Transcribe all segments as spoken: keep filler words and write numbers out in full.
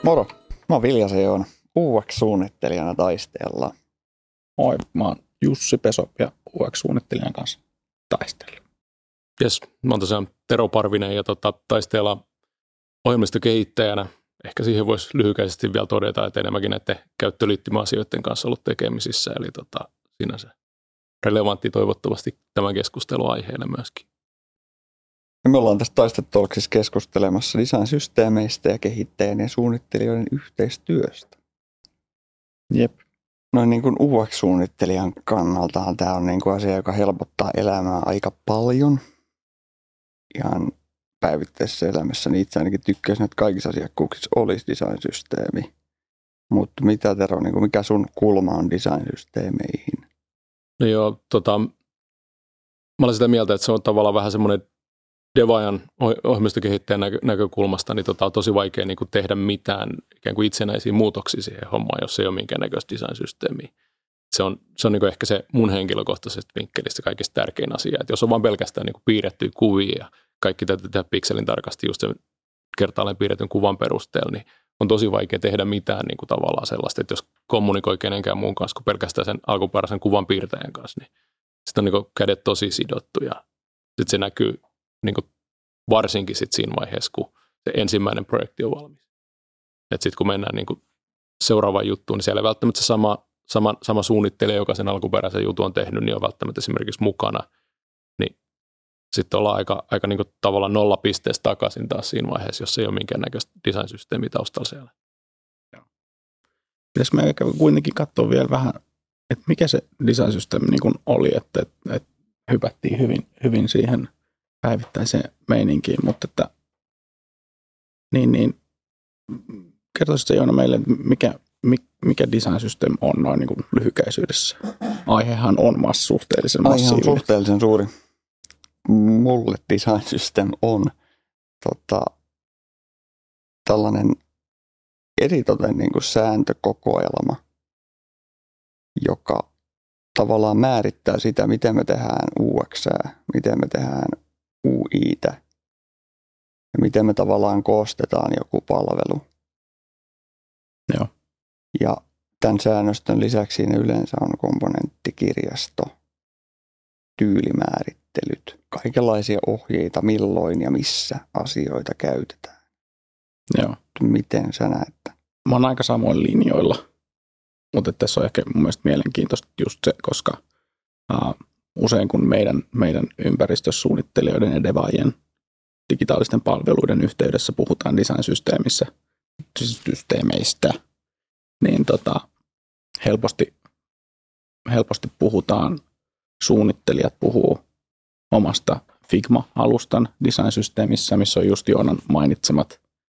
Moro, mä oon Viljasen Joona. U X-suunnittelijana taistellaan. Moi, mä oon Jussi Pesop ja U X-suunnittelijan kanssa taistellaan. Jes, mä oon tosiaan Tero Parvinen ja tota, taistellaan ohjelmistokehittäjänä. Ehkä siihen voisi lyhykäisesti vielä todeta, että enemmänkin näiden käyttöliittymäasioiden kanssa ollut tekemisissä. Eli tota, sinänsä relevantti toivottavasti tämän keskustelun aiheena myöskin. Ja me ollaan tässä Taistetolksissa keskustelemassa design-systeemeistä ja kehittäjän ja suunnittelijoiden yhteistyöstä. Jep. Noin niin kuin U X-suunnittelijan kannaltahan tämä on niin kuin asia, joka helpottaa elämää aika paljon. Ihan päivittäisessä elämässä, niin itse ainakin tykkäisin, että kaikissa asiakkuuksissa olisi design-systeemi. Mutta mitä Tero, niin kuin mikä sun kulma on design-systeemeihin? No joo, tota, mä olen sitä mieltä, että se on tavallaan vähän semmoinen devaajan ohjelmistokehittäjän näkö, näkökulmasta, niin tota, on tosi vaikea niin kuin tehdä mitään ikään kuin itsenäisiä muutoksia siihen hommaan, jos ei ole minkäännäköistä design-systeemiä. Se on, se on niin kuin ehkä se mun henkilökohtaisesta vinkkelistä kaikista tärkein asia, että jos on vaan pelkästään niin kuin piirrettyjä kuvia ja kaikki täytyy tehdä pikselin tarkasti just sen kertaalleen piirretyn kuvan perusteella, niin on tosi vaikea tehdä mitään niin kuin tavallaan sellaista, että jos kommunikoi kenenkään muun kanssa kuin pelkästään sen alkuperäisen kuvan piirtäjän kanssa, niin sitten on niin kuin kädet tosi sidottu ja sitten se näkyy niin kuin varsinkin sit siinä vaiheessa, kun se ensimmäinen projekti on valmis. Sitten kun mennään niin kuin seuraavaan juttuun, niin siellä ei välttämättä se sama, sama, sama suunnittelija, joka sen alkuperäisen jutun on tehnyt, niin on välttämättä esimerkiksi mukana. Niin sitten ollaan aika, aika niin kuin tavallaan nolla pisteestä takaisin taas siinä vaiheessa, jos ei ole minkäännäköistä design-systeemiä taustalla siellä. Pitäisikö me kuitenkin katsoa vielä vähän, että mikä se design-systeemi niin kuin oli, että, että, että hypättiin hyvin, hyvin siihen päivittäiseen meininkiin, mutta että niin, niin kertoisitko Joona meille, mikä, mikä design-systeemi on noin niin kuin lyhykäisyydessä? Aihehan on mass, suhteellisen massiivinen. Aihe on suhteellisen suuri. Mulle design system on tota, tällainen eritoten niin kuin sääntökokoelma, joka tavallaan määrittää sitä, miten me tehdään U X:ää, miten me tehdään U I:tä ja miten me tavallaan koostetaan joku palvelu. Joo. Ja tämän säännöstön lisäksi siinä yleensä on komponenttikirjasto, tyylimäärittelyt, kaikenlaisia ohjeita, milloin ja missä asioita käytetään. Joo. Miten sä näet? Mä oon aika samoin linjoilla, mutta tässä on ehkä mun mielestä mielenkiintoista just se, koska uh, usein kun meidän, meidän ympäristösuunnittelijoiden ja devaajien digitaalisten palveluiden yhteydessä puhutaan design-systeemissä, systeemeistä, niin tota, helposti, helposti puhutaan, suunnittelijat puhuu omasta Figma-alustan design-systeemissä, missä on just Joonan mainitsemat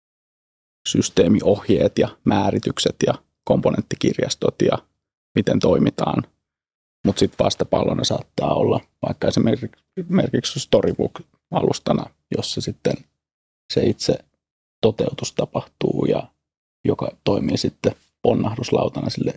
systeemiohjeet ja määritykset ja komponenttikirjastot ja miten toimitaan. Mutta sitten vastapallona saattaa olla vaikka esimerkiksi Storybook-alustana, jossa sitten se itse toteutus tapahtuu ja joka toimii sitten ponnahduslautana sille,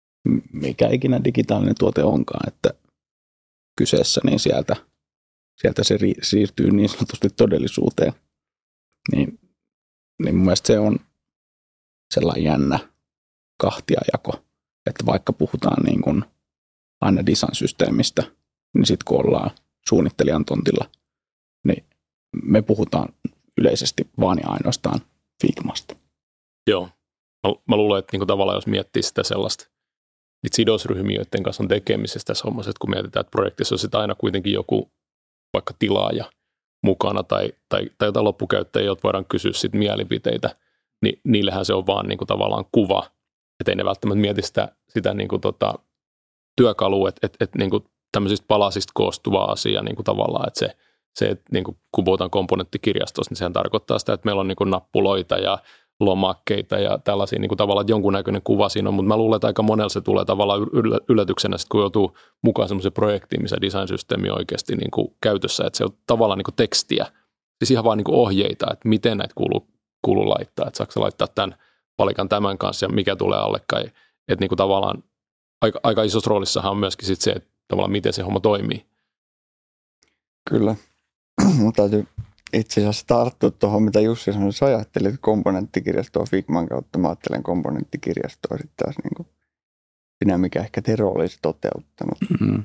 mikä ikinä digitaalinen tuote onkaan, että kyseessä, niin sieltä, sieltä se ri- siirtyy niin sanotusti todellisuuteen. Niin, niin mun mielestä se on sellainen jännä kahtiajako, että vaikka puhutaan niin kuin aina design-systeemistä, niin sitten kun ollaan suunnittelijan tontilla, niin me puhutaan yleisesti vaan ja ainoastaan Figmasta. Joo. Mä, mä luulen, että niinku tavallaan jos miettii sitä sellaista, niitä sidosryhmiä, joiden kanssa on tekemisestä tässä hommassa, että kun mietitään, että projektissa on sitten aina kuitenkin joku vaikka tilaaja mukana tai, tai, tai jotain loppukäyttäjiä, joilta voidaan kysyä sitten mielipiteitä, niin niillähän se on vaan niinku tavallaan kuva, että ei ne välttämättä mieti sitä, sitä niinku tota työkalua, että et, et niinku tämmöisistä palasista koostuvaa asiaa niinku tavallaan, että se, se että niinku, kun puhutaan komponenttikirjastosta, niin sehän tarkoittaa sitä, että meillä on niinku nappuloita ja lomakkeita ja tällaisia niin kuin tavallaan, että jonkunnäköinen kuva siinä on, mutta mä luulen, että aika monella se tulee tavallaan yllätyksenä, sit kun joutuu mukaan semmoiseen projektiin, missä design-systeemi on oikeasti niin kuin käytössä, että se on tavallaan niin kuin tekstiä, siis ihan vaan niin kuin ohjeita, että miten näitä kuuluu, kuuluu laittaa, että saako laittaa tämän palikan tämän kanssa ja mikä tulee allekään, että niin kuin tavallaan aika, aika isossa roolissahan on myöskin sit se, että tavallaan miten se homma toimii. Kyllä, mutta täytyy itse asiassa tarttua tuohon, mitä Jussi sanoi. Sä ajattelit komponenttikirjastoa Figman kautta. Mä ajattelen komponenttikirjastoa sitten taas niin kuin sinä, mikä ehkä Tero olisi toteuttanut. Mm-hmm.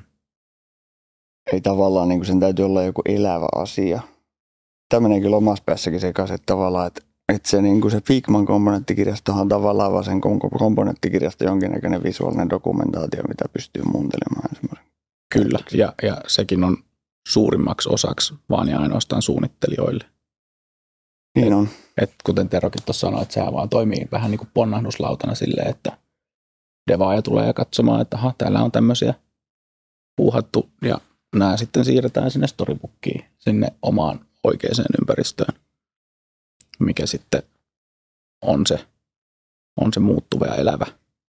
Ei tavallaan niin kuin sen täytyy olla joku elävä asia. Tämä menee kyllä omassa päässäkin sekaisin, että tavallaan, että, että se, niin kuin se Figman komponenttikirjastohan on tavallaan vaan sen komponenttikirjasto jonkinnäköinen visuaalinen dokumentaatio, mitä pystyy muuntelemaan. Kyllä, ja, ja sekin on suurimmaksi osaksi vaan ja ainoastaan suunnittelijoille. Niin on. Et, et kuten Terokin tuossa sanoi, että sehän vaan toimii vähän niin kuin ponnahduslautana silleen, että devaaja tulee katsomaan, että aha, täällä on tämmöisiä puuhattu, ja nämä sitten siirretään sinne storybookiin, sinne omaan oikeaan ympäristöön, mikä sitten on se, on se muuttuva ja elävä.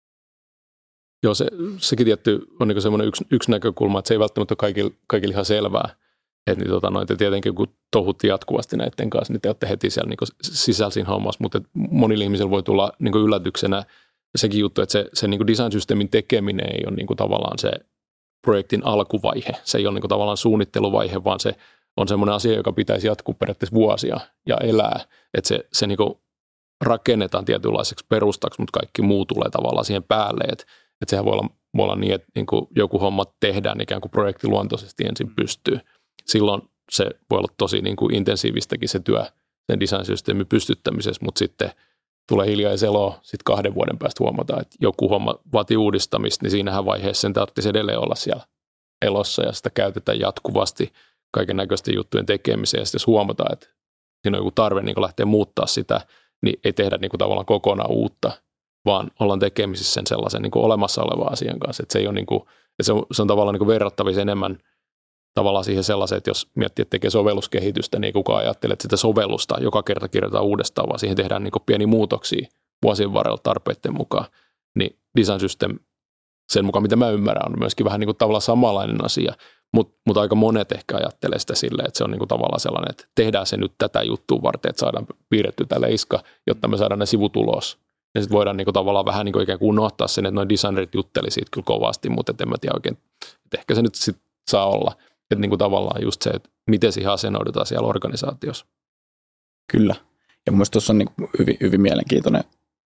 Joo, se, sekin tietty on niin semmoinen yksi, yksi näkökulma, että se ei välttämättä ole kaikille, kaikille ihan selvää. Että niin, tota, noin, tietenkin kun touhutti jatkuvasti näiden kanssa, niin te olette heti siellä niin sisällä siinä hommassa, mutta monilla ihmisillä voi tulla niin yllätyksenä sekin juttu, että se, se niin design-systeemin tekeminen ei ole niin tavallaan se projektin alkuvaihe. Se ei ole niin tavallaan suunnitteluvaihe, vaan se on semmoinen asia, joka pitäisi jatkuu periaatteessa vuosia ja elää. Että se, se niin rakennetaan tietynlaiseksi perustaksi, mutta kaikki muu tulee tavallaan siihen päälle. Että et sehän voi olla, voi olla niin, että niin joku homma tehdään ikään kuin projektiluontoisesti ensin pystyy. Silloin se voi olla tosi niin kuin intensiivistäkin se työ sen design-systeemin pystyttämisessä, mutta sitten tulee hiljaiseloa, sitten kahden vuoden päästä huomataan, että joku homma vaatii uudistamista, niin siinähän vaiheessa sen tarvitsisi edelleen olla siellä elossa ja sitä käytetään jatkuvasti kaiken näköisten juttujen tekemiseen. Ja sitten jos huomataan, että siinä on joku tarve niin lähteä muuttaa sitä, niin ei tehdä niin kuin tavallaan kokonaan uutta, vaan ollaan tekemisissä sen sellaisen niin kuin olemassa olevan asian kanssa. Että se, ei ole niin kuin, että se, on, se on tavallaan niin kuin verrattavissa enemmän tavallaan siihen sellaiseen, että jos miettii, että tekee sovelluskehitystä, niin ei kukaan ajattele, että sitä sovellusta joka kerta kirjoitetaan uudestaan, vaan siihen tehdään niin kuin pieniä muutoksia vuosien varrella tarpeiden mukaan. Niin design system, sen mukaan mitä mä ymmärrän, on myöskin vähän niin kuin tavallaan samanlainen asia, mutta mut aika monet ehkä ajattelee sitä silleen, että se on niin kuin tavallaan sellainen, että tehdään se nyt tätä juttua varten, että saadaan piirretty tämä leiska, jotta me saadaan ne sivutulos. Ja sitten voidaan niin kuin tavallaan vähän niin kuin ikään kuin unohtaa sen, että noin designerit jutteli siitä kyllä kovasti, mutta en mä tiedä oikein, että ehkä se nyt sit saa olla. Että niin kuin tavallaan just se, että miten siihen asennoidutaan siellä organisaatiossa. Kyllä. Ja mun mielestä tuossa on niin hyvin, hyvin mielenkiintoinen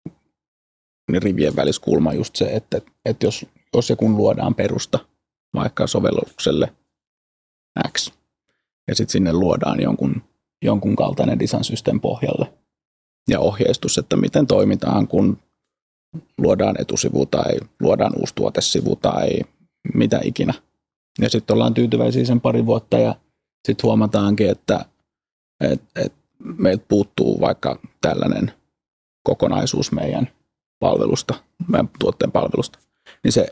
niin rivien väliskulma just se, että, että jos, jos ja kun luodaan perusta vaikka sovellukselle X, ja sitten sinne luodaan jonkun, jonkun kaltainen design system pohjalle ja ohjeistus, että miten toimitaan, kun luodaan etusivu tai luodaan uusi tuotesivu tai mitä ikinä. Ja sitten ollaan tyytyväisiä sen pari vuotta ja sitten huomataankin, että et, et meiltä puuttuu vaikka tällainen kokonaisuus meidän palvelusta, meidän tuotteen palvelusta. Niin se,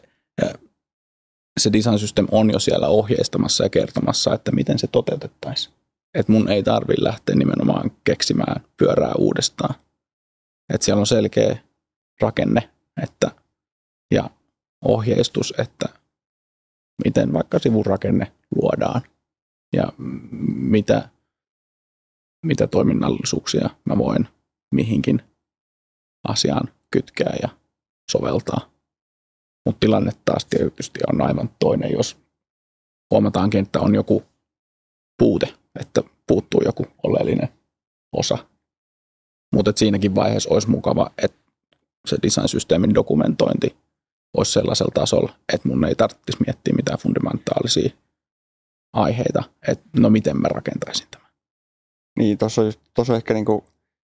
se design system on jo siellä ohjeistamassa ja kertomassa, että miten se toteutettaisiin. Että mun ei tarvitse lähteä nimenomaan keksimään pyörää uudestaan. Että siellä on selkeä rakenne että, ja ohjeistus, että miten vaikka sivun rakenne luodaan ja mitä, mitä toiminnallisuuksia mä voin mihinkin asiaan kytkeä ja soveltaa. Mutta tilanne taas tietysti on aivan toinen, jos huomataankin, että on joku puute, että puuttuu joku oleellinen osa. Mutta siinäkin vaiheessa olisi mukava, että se design-systeemin dokumentointi olisi sellaisella tasolla, että mun ei tarvitsisi miettiä mitään fundamentaalisia aiheita, että no miten mä rakentaisin tämän. Niin, tuossa on, on ehkä niinku,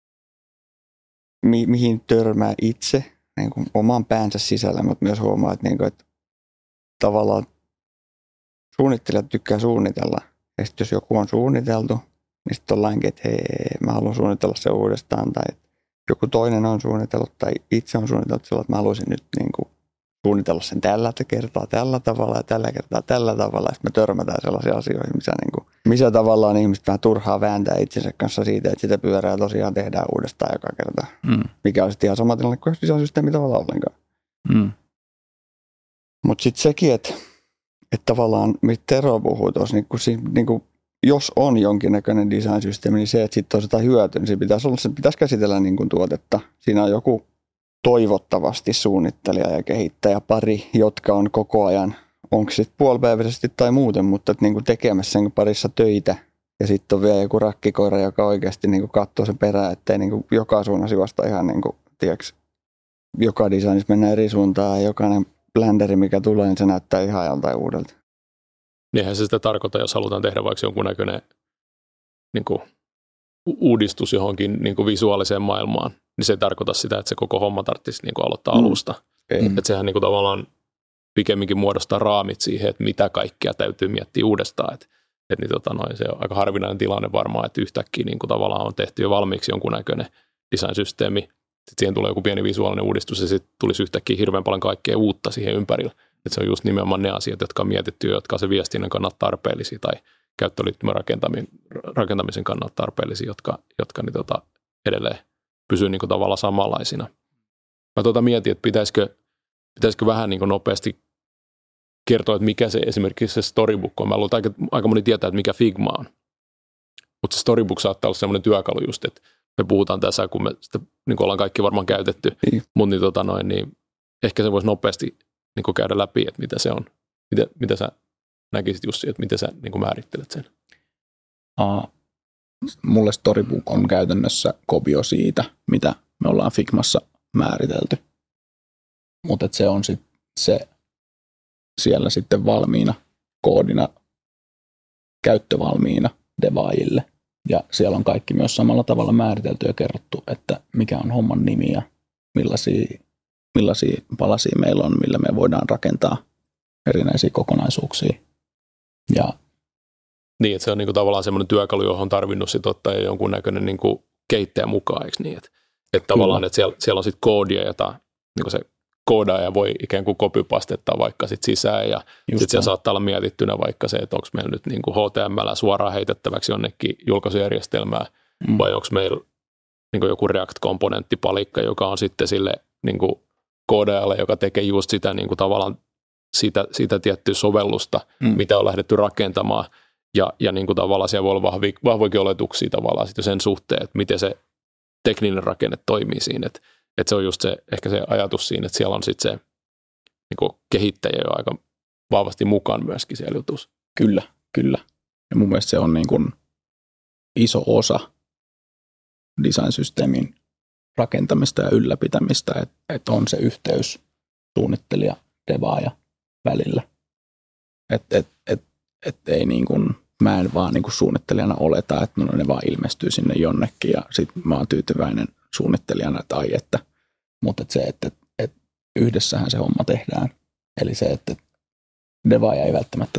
mi, mihin törmää itse niinku oman päänsä sisällä, mutta myös huomaa, että, niinku, että tavallaan suunnittelijat tykkää suunnitella. Ja sitten jos joku on suunniteltu, niin sitten ollaankin, että hei, mä haluan suunnitella se uudestaan. Tai joku toinen on suunnitellut tai itse on suunnitellut sillä, että mä haluaisin nyt niinku suunnitella sen tällä kertaa tällä tavalla ja tällä kertaa tällä tavalla. Sitten me törmätään sellaisia asioita, missä, niinku, missä tavallaan ihmiset vähän turhaa vääntää itsensä kanssa siitä, että sitä pyörää tosiaan tehdään uudestaan joka kerta. Mm. Mikä on sitten ihan sama tilanne kuin design-systeemi tavallaan ollenkaan. Mm. Mutta sitten sekin, että että tavallaan, mitä Tero puhuu tuossa, niin, niin kuin, jos on jonkinnäköinen design-systeemi, niin se, että sitten on jotain hyötyä, niin se pitäisi, olla, se pitäisi käsitellä niin kuin tuotetta. Siinä on joku toivottavasti suunnittelija ja kehittäjä pari, jotka on koko ajan, onko sitten puolipäiväisesti tai muuten, mutta että niin kuin tekemässä sen parissa töitä Ja sitten on vielä joku rakkikoira, joka oikeasti niin kuin katsoo sen perään, ettei niin kuin joka suunnassa juosta ihan niin kuin, tiedätkö, joka designissa mennään eri suuntaan ja jokainen bländeri, mikä tulee, niin se näyttää ihan joltain uudelta. Niinhän se sitä tarkoittaa, jos halutaan tehdä vaikka jonkunnäköinen niin kuin, uudistus johonkin niin kuin visuaaliseen maailmaan, niin se ei tarkoita sitä, että se koko homma tarvitsisi niin kuin aloittaa mm. alusta. Mm. Että sehän niin kuin, tavallaan pikemminkin muodostaa raamit siihen, että mitä kaikkea täytyy miettiä uudestaan. Että, että niin, tota, noin, se on aika harvinainen tilanne varmaan, että yhtäkkiä niin kuin, tavallaan on tehty jo valmiiksi jonkunnäköinen design-systeemi. Sitten siihen tulee joku pieni visuaalinen uudistus ja sitten tulisi yhtäkkiä hirveän paljon kaikkea uutta siihen ympärillä. Että se on just nimenomaan ne asiat, jotka on mietitty, jotka on se viestinnän kannalta tarpeellisia tai käyttöliittymän rakentamisen kannalta tarpeellisia, jotka, jotka niin, tota, edelleen pysyy niin kuin, tavallaan samanlaisina. Mä tuota mietin, että pitäisikö, pitäisikö vähän niin kuin, nopeasti kertoa, että mikä se esimerkiksi se Storybook on. Mä luulen, että aika, aika moni tietää, että mikä Figma on. Mutta se Storybook saattaa olla sellainen työkalu just, että me puhutaan tässä, kun me sitä niin kuin ollaan kaikki varmaan käytetty, niin. mutta niin, tota, noin, niin ehkä se voisi nopeasti niin kuin käydä läpi, että mitä se on. Mitä, mitä sä näkisit Jussi, että miten sä niin kuin määrittelet sen? Uh, mulle Storybook on käytännössä kopio siitä, mitä me ollaan Figmassa määritelty. Mutta se on sit se siellä sitten valmiina koodina, käyttövalmiina devaajille. Ja siellä on kaikki myös samalla tavalla määritelty ja kerrottu, että mikä on homman nimi ja millaisia, millaisia palasia meillä on, millä me voidaan rakentaa erinäisiä kokonaisuuksia. Ja niin, että se on niinku tavallaan semmoinen työkalu, johon on tarvinnut sit ottaa jonkunnäköinen niinku kehittäjä mukaan, eikö niin? Että et tavallaan, että siellä, siellä on sitten koodia, jota niinku se koodaaja voi ikään kuin copypastettaa vaikka sit sisään, ja sitten siellä saattaa olla mietittynä vaikka se, että onko meillä nyt niinku H T M L suoraan heitettäväksi jonnekin julkaisujärjestelmää, mm. vai onko meillä niinku joku React-komponenttipalikka, joka on sitten sille niinku koodaajalle, joka tekee just sitä niinku tavallaan sitä, sitä tiettyä sovellusta, mm. mitä on lähdetty rakentamaan, ja, ja niin kuin tavallaan siellä voi olla vahvi, vahvoikin oletuksia tavallaan sitten sen suhteen, että miten se tekninen rakenne toimii siinä, että, että se on just se, ehkä se ajatus siinä, että siellä on sitten se niin kuin kehittäjä jo aika vahvasti mukaan myöskin siellä jutussa. Kyllä, kyllä. Ja mun mielestä se on niin kuin iso osa design-systeemin rakentamista ja ylläpitämistä, että, että on se yhteys suunnittelija, devaaja välillä. Että et, et, et ei niin kuin, mä en vaan niin kuin suunnittelijana oleta, että no, ne vaan ilmestyy sinne jonnekin ja sitten mä oon tyytyväinen suunnittelijana, että ai että. Mutta et se, että et, et yhdessähän se homma tehdään. Eli se, että devaaja ei välttämättä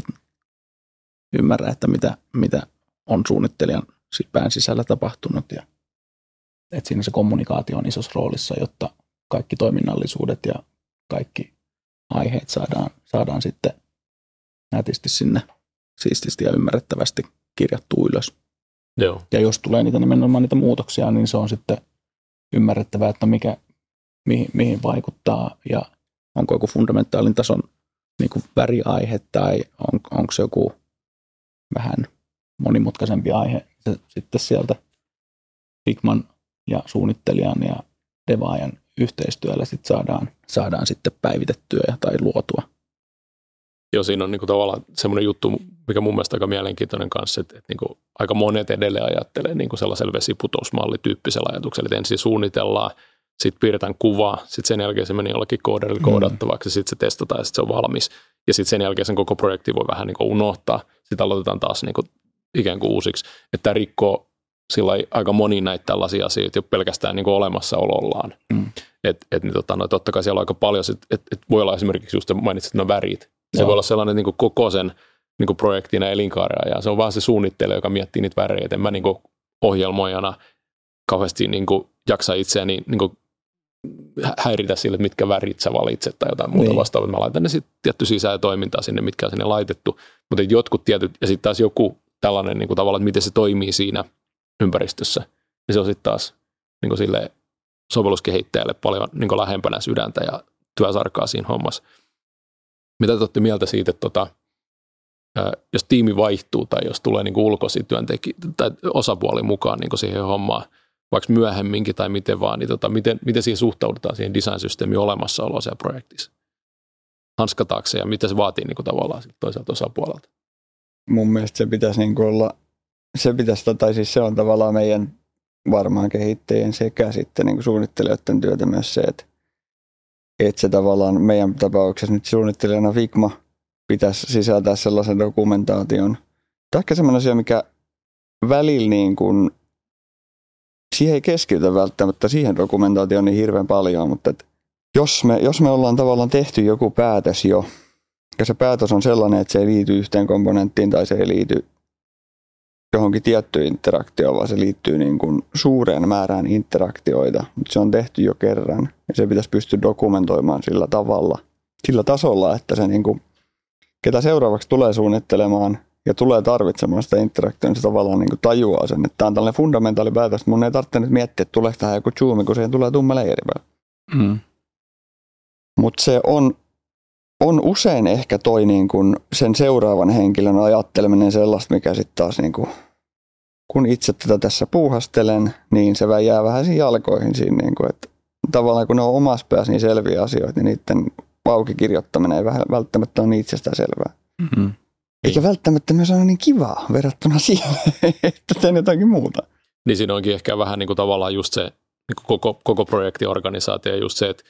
ymmärrä, että mitä, mitä on suunnittelijan pään sisällä tapahtunut. Ja, että siinä se kommunikaatio on isossa roolissa, jotta kaikki toiminnallisuudet ja kaikki aiheet saadaan, saadaan sitten nätisti sinne siististi ja ymmärrettävästi kirjattua ylös. Joo. Ja jos tulee niitä nimenomaan niitä muutoksia, niin se on sitten ymmärrettävää, että mikä, mihin, mihin vaikuttaa ja onko joku fundamentaalin tason niin kuin väriaihe tai on, onko se joku vähän monimutkaisempi aihe. Se, sitten sieltä Figman ja suunnittelijan ja devaajan yhteistyöllä sit saadaan, saadaan sitten päivitettyä tai luotua. Joo, siinä on niinku tavallaan semmoinen juttu, mikä mun mielestä aika mielenkiintoinen kanssa, että, että niinku aika monet edelleen ajattelee niinku sellaisella vesiputousmallityyppisellä ajatuksella, että ensin suunnitellaan, sitten piirretään kuvaa, sitten sen jälkeen se menee jollekin kooderille koodattavaksi, mm. sitten se testataan ja sitten se on valmis. Ja sitten sen jälkeen sen koko projekti voi vähän niinku unohtaa, sitten aloitetaan taas niinku ikään kuin uusiksi. Että tämä rikkoo sillä aika moni näitä tällaisia asioita jo pelkästään niinku olemassaolollaan. Mm. Että et, niin tota, no, totta kai siellä on aika paljon, että et, et voi olla esimerkiksi just mainitsit nämä värit. Se Joo. voi olla sellainen niin kuin koko sen niin kuin projektin ja elinkaaren ja se on vaan se suunnittelija, joka miettii niitä värejä. En mä niin kuin ohjelmoijana kauheasti niin kuin jaksa itseäni niin kuin häiritä sille, että mitkä värit sä valitset tai jotain muuta niin. vastaavaa. Mä laitan ne sitten tietty sisään toimintaa sinne, mitkä on sinne laitettu. Mutta jotkut tietyt, ja sitten taas joku tällainen niin kuin tavallaan, että miten se toimii siinä ympäristössä, niin se on sitten taas niin kuin sille sovelluskehittäjälle paljon niin kuin lähempänä sydäntä ja työsarkaa siinä hommassa. Mitä te olette mieltä siitä, että tota, jos tiimi vaihtuu tai jos tulee niin ulkoisia työntekijöitä tai osapuoli mukaan niin siihen hommaan, vaikka myöhemminkin tai miten vaan, niin tota, miten, miten siihen suhtaudutaan siihen design-systeemin olemassaoloon siellä projektissa? Hanskataanko se ja mitä se vaatii niin tavallaan toiselta osapuolelta? Mun mielestä se pitäisi niin olla se pitäisi, tai siis se on tavallaan meidän varmaan kehittäjien sekä sitten niin kuin suunnittelijoiden työtä myös se, että, että se tavallaan meidän tapauksessa nyt suunnittelijana Figma pitäisi sisältää sellaisen dokumentaation. Tämä on ehkä sellainen asia, mikä välillä niin kuin, siihen ei keskitytä välttämättä siihen dokumentaatioon niin hirveän paljon, mutta että jos, me, jos me ollaan tavallaan tehty joku päätös jo, ja se päätös on sellainen, että se ei liity yhteen komponenttiin tai se ei liity johonkin tiettyyn interaktioon, vaan se liittyy niin kuin suureen määrään interaktioita, mutta se on tehty jo kerran ja se pitäisi pystyä dokumentoimaan sillä tavalla, sillä tasolla, että se niin kuin, ketä seuraavaksi tulee suunnittelemaan ja tulee tarvitsemaan sitä interaktiota, niin se tavallaan niin kuin tajuaa sen, että tämä on tällainen fundamentaali päätös, että mun ei tarvitse nyt miettiä, että tuleeko tähän joku zoomi, kun siihen tulee tumma leiri päälle. Mm. Mutta se on, on usein ehkä toi niin kuin sen seuraavan henkilön ajatteleminen sellaista, mikä sitten taas, niin kuin, kun itse tätä tässä puuhastelen, niin se jää vähän siihen jalkoihin siinä, niin kuin, että tavallaan kun ne on omassa päässä niin selviä asioita, niin niiden auki kirjoittaminen ei välttämättä ole niin itsestään selvää. Mm-hmm. Eikä välttämättä myös ole niin kivaa verrattuna siihen, että teen jotakin muuta. Niin siinä onkin ehkä vähän niin kuin tavallaan just se niin kuin koko, koko projektiorganisaatio ja just se, että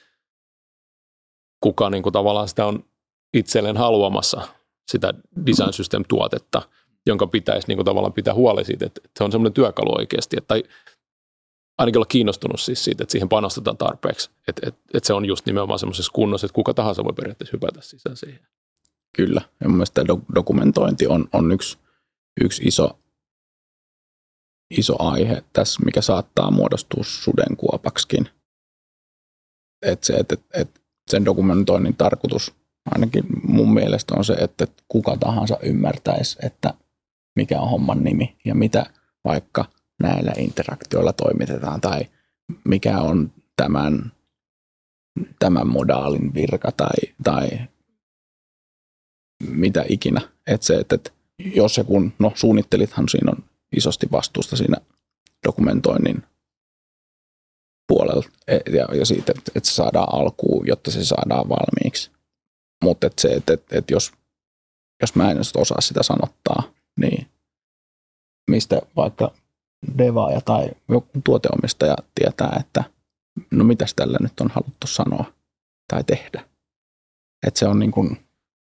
kuka niin kuin tavallaan sitä on itselleen haluamassa sitä design system-tuotetta, jonka pitäisi niin kuin tavallaan pitää huoli siitä, että se on semmoinen työkalu oikeasti, että, tai ainakin olla kiinnostunut siis siitä, että siihen panostetaan tarpeeksi, että, että, että se on just nimenomaan semmoisessa kunnossa, että kuka tahansa voi periaatteessa hypätä sisään siihen. Kyllä, ja mun mielestä do- dokumentointi on, on yksi, yksi iso, iso aihe tässä, mikä saattaa muodostua sudenkuopaksikin. Että se, että et, et sen dokumentoinnin tarkoitus ainakin mun mielestä on se, että kuka tahansa ymmärtäisi, että mikä on homman nimi ja mitä vaikka näillä interaktioilla toimitetaan tai mikä on tämän, tämän modaalin virka tai, tai mitä ikinä. Että se, että, että jos ja kun, no suunnittelithan siinä on isosti vastuusta siinä dokumentoinnin puolella ja, ja siitä, että, että se saadaan alkuun, jotta se saadaan valmiiksi. Mutta että se, että, että, että jos, jos mä en osaa sitä sanottaa, niin mistä vaikka devaaja tai joku tuoteomistaja tietää, että no mitäs tällä nyt on haluttu sanoa tai tehdä. Että se on niin kuin,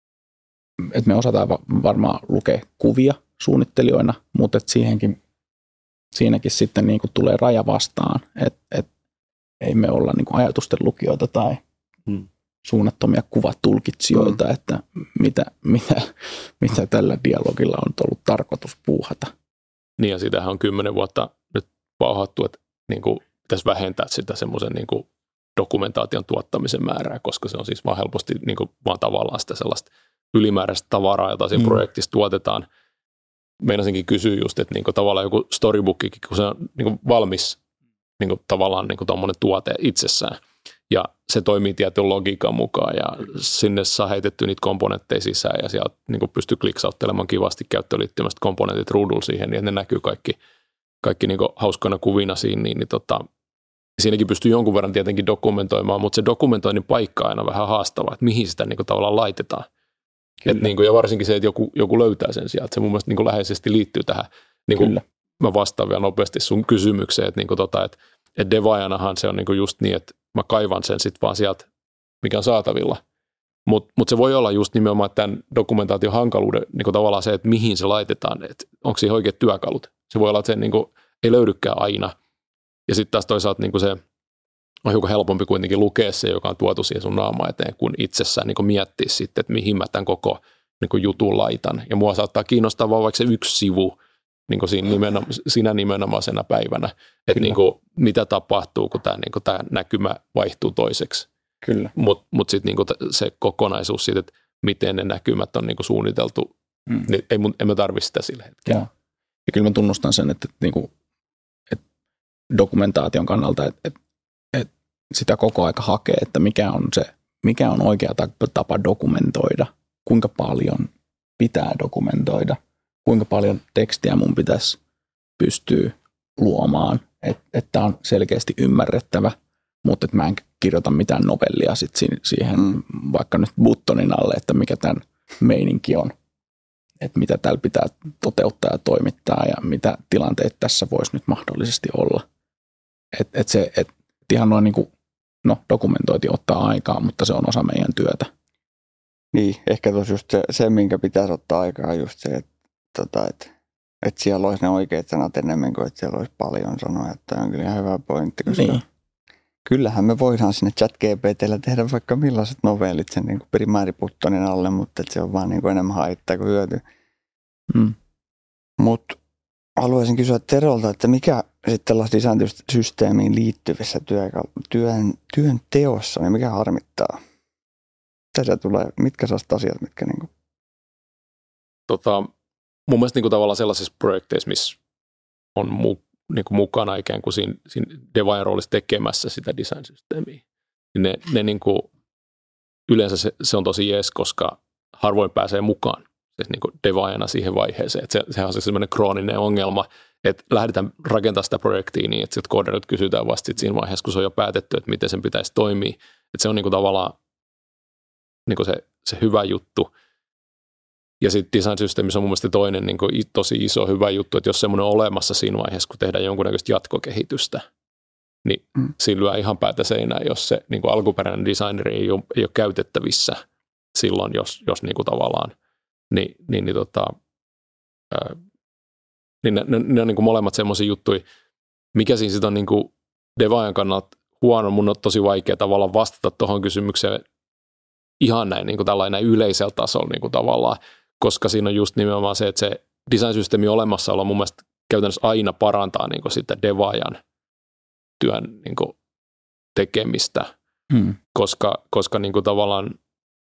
että me osataan varmaan lukea kuvia suunnittelijoina, mutta että siihenkin, siinäkin sitten niin kuin tulee raja vastaan, että, että ei me olla niin kuin ajatusten lukijoita tai hmm. suunnattomia kuvatulkitsijoita, hmm. että mitä, mitä, mitä tällä dialogilla on ollut tarkoitus puuhata. Niin ja sitähän on kymmenen vuotta nyt pauhattu, että niin kuin pitäisi vähentää sitä semmoisen niin kuin dokumentaation tuottamisen määrää, koska se on siis vaan helposti niin kuin vaan tavallaan sitä sellaista ylimääräistä tavaraa, jota siinä mm. projektissa tuotetaan. Meinasinkin kysyä just, että niin kuin tavallaan joku storybookikin, kun se on niin kuin valmis niin kuin tavallaan niin kuin tommoinen tuote itsessään, ja se toimii tietyn logiikan mukaan, ja sinne saa heitetty niitä komponentteja sisään, ja sieltä niin kuin pystyy kliksauttelemaan kivasti käyttöliittymästä komponentit ruudulla siihen, niin että ne näkyy kaikki, kaikki niin kuin hauskoina kuvina siinä, niin, niin tota, siinäkin pystyy jonkun verran tietenkin dokumentoimaan, mutta se dokumentoinnin paikka on aina vähän haastava, että mihin sitä niin kuin tavallaan laitetaan. Et niin kuin, ja varsinkin se, että joku, joku löytää sen sieltä, se mun mielestä niin kuin läheisesti liittyy tähän. Niin kuin mä vastaan vielä nopeasti sun kysymykseen, että, niin kuin tota, että, että devaajanahan se on niin kuin just niin, että mä kaivan sen sitten vaan sieltä, mikä on saatavilla. Mutta mut se voi olla just nimenomaan tämän dokumentaation hankaluuden niin kuin tavallaan se, että mihin se laitetaan, että onko siihen oikeat työkalut. Se voi olla, että se niin kuin ei löydykään aina. Ja sitten taas toisaalta niin kuin se on hiukan helpompi kuitenkin lukea se, joka on tuotu siihen sun naama eteen, kun itsessään niin kuin miettiä sitten, että mihin mä tämän koko niin kuin jutun laitan. Ja mua saattaa kiinnostaa vaan vaikka se yksi sivu niin kuin siinä, nimeno, siinä nimenomaisena päivänä, että niin kuin, mitä tapahtuu, kun tämä, niin kuin, tämä näkymä vaihtuu toiseksi. Mutta mut sitten niin se kokonaisuus siitä, että miten ne näkymät on niin kuin suunniteltu, mm. niin ei mun, en mä tarvitse sitä sillä hetkellä. Ja, ja kyllä mä tunnustan sen, että, että, että, että dokumentaation kannalta, että, että sitä koko aika hakee, että mikä on se, mikä on oikea tapa dokumentoida, kuinka paljon pitää dokumentoida, kuinka paljon tekstiä mun pitäisi pystyä luomaan, että et tämä on selkeästi ymmärrettävä, mutta että mä en kirjoita mitään novellia sit siihen mm. vaikka nyt buttonin alle, että mikä tämän meininki on. että mitä täällä pitää toteuttaa ja toimittaa ja mitä tilanteita tässä voisi nyt mahdollisesti olla. Että et se, et ihan noin niin kuin, no dokumentointi ottaa aikaa, mutta se on osa meidän työtä. Niin, ehkä tuossa just se, se, minkä pitäisi ottaa aikaa, just se, että tota, et, et siellä olisi ne oikeat sanat enemmän kuin että siellä olisi paljon sanoja, että on kyllä ihan hyvä pointti, koska niin. Kyllähän me voidaan sinne ChatGPT:llä tehdä vaikka millaiset novellit sen niin primääriputtonin alle, mutta se on vaan niin kuin enemmän haittaa kuin hyötyä. Mm. Mutta haluaisin kysyä Terolta, että mikä sitten tällaisen design-systeemiin liittyvissä työ, työn, työn teossa, niin mikä harmittaa? Tässä tulee, mitkä sellaiset asiat, mitkä niin kuin... Tota, mun mielestä niin kuin tavallaan sellaisissa projekteissa, missä on mu, niin kuin mukana ikään kuin siinä, siinä devaajan roolissa tekemässä sitä design-systeemiä, niin ne, ne niin kuin, yleensä se, se on tosi jees, koska harvoin pääsee mukaan siis niin kuin devaajana siihen vaiheeseen. Että se, sehän on se sellainen krooninen ongelma, että lähdetään rakentamaan sitä projektia niin, että koodarilta kysytään vasta siinä vaiheessa, kun se on jo päätetty, että miten sen pitäisi toimia. Että se on niin kuin tavallaan niin kuin se, se hyvä juttu. Ja sitten design-systeemissä on mun mielestä toinen niin kuin tosi iso hyvä juttu, että jos semmoinen on olemassa siinä vaiheessa, kun tehdään jonkunnäköistä jatkokehitystä, niin mm. siinä lyö ihan päätä seinään, jos se niin kuin alkuperäinen designeri ei ole, ei ole käytettävissä silloin, jos, jos niin kuin tavallaan, niin, niin, niin, tota, ää, niin ne, ne, ne on niin kuin molemmat semmoisia juttuja, mikä siinä sitten on niin kuin devaajan kannalta huono, mun on tosi vaikea tavallaan vastata tuohon kysymykseen ihan näin, niin kuin tällainen näin yleisellä tasolla niin kuin tavallaan, koska siinä on just nimenomaan se, että se design-systeemi olemassaolo mun mielestä käytännössä aina parantaa niin kuin sitä devaajan työn niin kuin tekemistä, hmm. koska, koska niin kuin tavallaan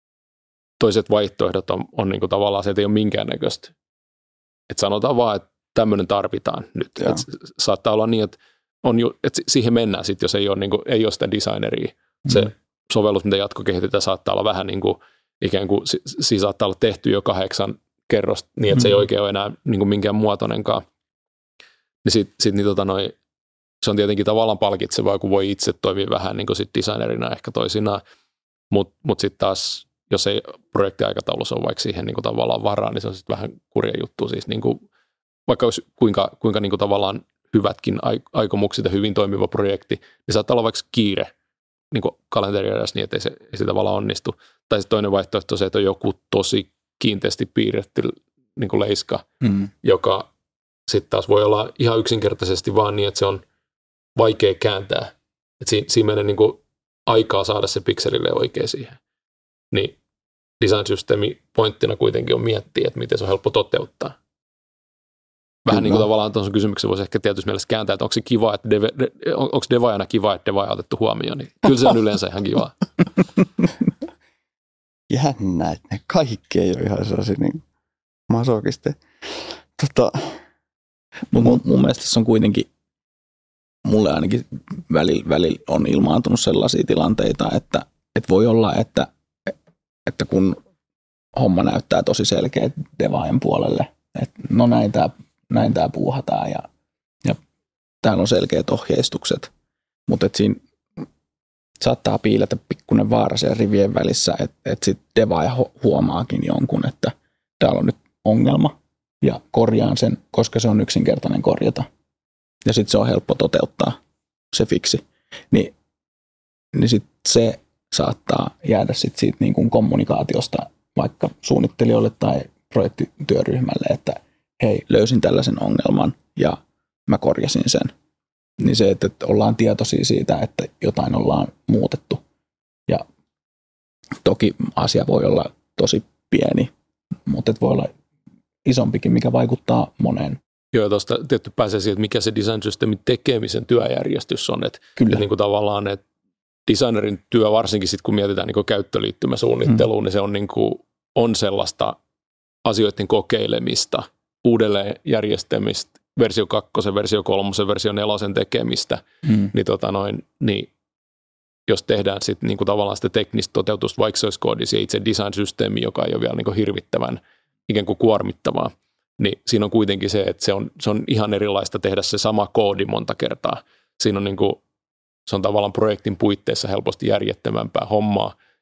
toiset vaihtoehdot on, on niin kuin tavallaan se, että ei ole minkäännäköistä. Että sanotaan vaan, että tämmöinen tarvitaan nyt. Että saattaa olla niin, että, on ju, että siihen mennään sitten, jos ei ole, niin kuin, ei ole sitä designeria. Se hmm. sovellus, mitä jatkokehitetään, saattaa olla vähän niin kuin, ikään kuin, siinä saattaa olla tehty jo kahdeksan kerrosta niin, että se ei oikein ole enää niin kuin minkään muotoinenkaan. Niin sit, sit, niin tota noi, se on tietenkin tavallaan palkitsevaa, kun voi itse toimia vähän niin kuin sit designerina ehkä toisinaan, mutta mut sitten taas, jos ei projektiaikataulussa ole vaikka siihen niin kuin tavallaan varaa, niin se on sitten vähän kurja juttu. Siis niin kuin, vaikka olisi kuinka, kuinka niin kuin tavallaan hyvätkin aikomukset ja hyvin toimiva projekti, niin saattaa olla vaikka kiire niin kuin kalenteri edes niin, että ei se, ei se tavallaan onnistu. Tai sitten toinen vaihtoehto on se, että on joku tosi kiinteästi piirretty niin kuin leiska, mm. joka sitten taas voi olla ihan yksinkertaisesti vaan niin, että se on vaikea kääntää. Että siinä, siinä menee niin kuin aikaa saada se pikselille oikein siihen. Niin design-systeemi pointtina kuitenkin on miettiä, että miten se on helppo toteuttaa. Vähän Kyllä. niin kuin tavallaan tuossa kysymyksessä voisi ehkä tietysti mielessä kääntää, että onko se kiva, että deve, de, onko devaajana kiva, että devaaja on otettu huomioon, niin kyllä se on yleensä ihan kiva. Jännä, että ne kaikki ei ole ihan sellaisia niin masokiste. Tota, mun, mun, mun mielestä se on kuitenkin, mulle ainakin välillä, välillä on ilmaantunut sellaisia tilanteita, että, että voi olla, että, että kun homma näyttää tosi selkeä devaajan puolelle, että no näin tämä näin tää puuhataan ja, ja täällä on selkeät ohjeistukset, mutta että siinä saattaa piiletä pikkuinen vaara siellä rivien välissä, että, että sitten devaaja huomaakin jonkun, että täällä on nyt ongelma ja korjaan sen, koska se on yksinkertainen korjata. Ja sitten se on helppo toteuttaa se fiksi. Ni, niin sitten se saattaa jäädä sitten siitä niin kuin kommunikaatiosta vaikka suunnittelijoille tai projektityöryhmälle, että hei, löysin tällaisen ongelman ja mä korjasin sen. Niin se, että ollaan tietoisia siitä, että jotain ollaan muutettu. Ja toki asia voi olla tosi pieni, mutta voi olla isompikin, mikä vaikuttaa moneen. Joo, ja tuosta tietty pääsee siihen, että mikä se design-systeemin tekemisen työjärjestys on. Että, Kyllä. että niin kuin tavallaan, että designerin työ, varsinkin sitten kun mietitään niin kuin käyttöliittymäsuunnitteluun, hmm. niin se on, niin kuin, on sellaista asioiden kokeilemista, uudelleen järjestämistä, versio kakkosen, versio kolmosen, versio nelosen tekemistä, hmm. niin, tota noin, niin jos tehdään sitten niinku tavallaan sitä teknistä toteutusta, vaikka se olisi koodissa ja itse design-systeemi, joka ei ole vielä niinku hirvittävän ikään kuin kuormittavaa, niin siinä on kuitenkin se, että se on, se on ihan erilaista tehdä se sama koodi monta kertaa. Siinä on niinku, se on tavallaan projektin puitteissa helposti järjettömämpää hommaa,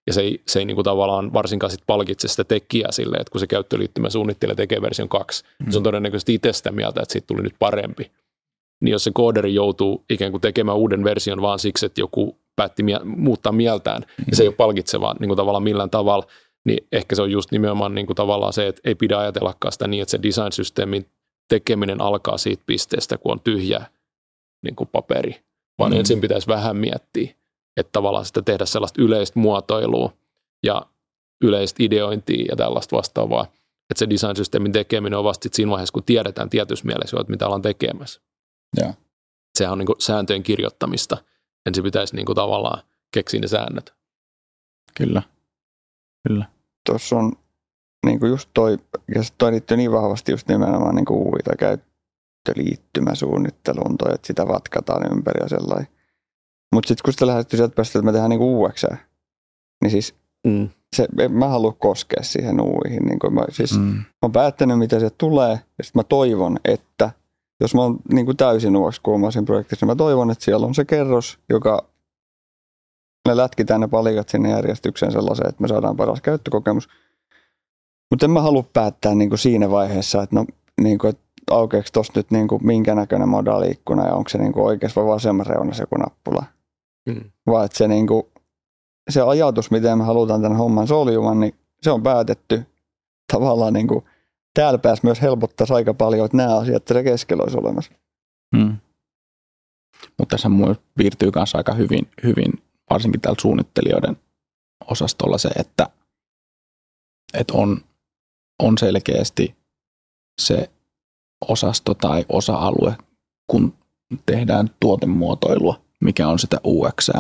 ja se ei, se ei niin kuin tavallaan varsinkaan sit palkitse sitä tekijää silleen, että kun se käyttöliittymä suunnittelee tekee version kaksi, mm. se on todennäköisesti itse sitä mieltä, että siitä tuli nyt parempi. Niin jos se kooderi joutuu ikään kuin tekemään uuden version vaan siksi, että joku päätti mie- muuttaa mieltään, mm. ja se ei ole palkitsevaa niin kuin tavallaan millään tavalla, niin ehkä se on just nimenomaan niin kuin tavallaan se, että ei pidä ajatellakaan sitä niin, että se design-systeemin tekeminen alkaa siitä pisteestä, kun on tyhjä niin kuin paperi, vaan mm. ensin pitäisi vähän miettiä, että tavallaan sitä tehdä sellaista yleistä muotoilua ja yleistä ideointia ja tällaista vastaavaa, että se design-systeemin tekeminen on vasta siinä vaiheessa, kun tiedetään tietyssä mielessä, että mitä ollaan tekemässä. Ja. Sehän on niin kuin sääntöjen kirjoittamista. Ensin pitäisi niin kuin tavallaan keksiä ne säännöt. Kyllä. Kyllä. Tuossa on niin kuin just toi, ja toi liittyy niin vahvasti just nimenomaan niin kuin U I- tai käyttöliittymäsuunnitteluun toi, että sitä vatkataan ympäri ja sellainen. Mutta sitten kun sitä lähdetty sieltä päästä, että me tehdään niin kuin U X, niin siis mm. se, mä haluan koskea siihen U I:hin. Niin kuin mä, siis, mm. mä oon päättänyt, mitä se tulee, ja sitten mä toivon, että jos mä oon niin kuin täysin U X-kulma siinä projektissa, niin mä toivon, että siellä on se kerros, joka me lätkitään ne palikat sinne järjestykseen sellaiseen, että me saadaan paras käyttökokemus. Mutta en mä halua päättää niin kuin siinä vaiheessa, että no, niin kuin, että aukeeko tuossa nyt niin kuin minkä näköinen modaali-ikkuna ja onko se niin kuin oikeassa vai vasemman reunassa joku nappula. Mm. Vaan että se, niin kuin, se ajatus, miten me halutaan tämän homman soljuvan, niin se on päätetty tavallaan niin kuin, täällä pääsi myös helpottaisi aika paljon, että nämä asiat tässä keskellä olisi olemassa. Hmm. Mutta tässä piirtyy myös aika hyvin, hyvin, varsinkin täällä suunnittelijoiden osastolla se, että, että on, on selkeästi se osasto tai osa-alue, kun tehdään tuotemuotoilua, mikä on sitä U X:ää.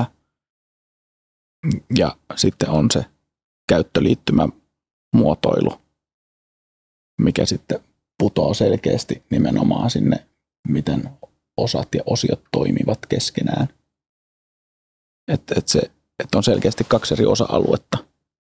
Ja sitten on se käyttöliittymämuotoilu, mikä sitten putoaa selkeästi nimenomaan sinne, miten osat ja osiot toimivat keskenään. Että et se et on selkeästi kaksi eri osa-aluetta.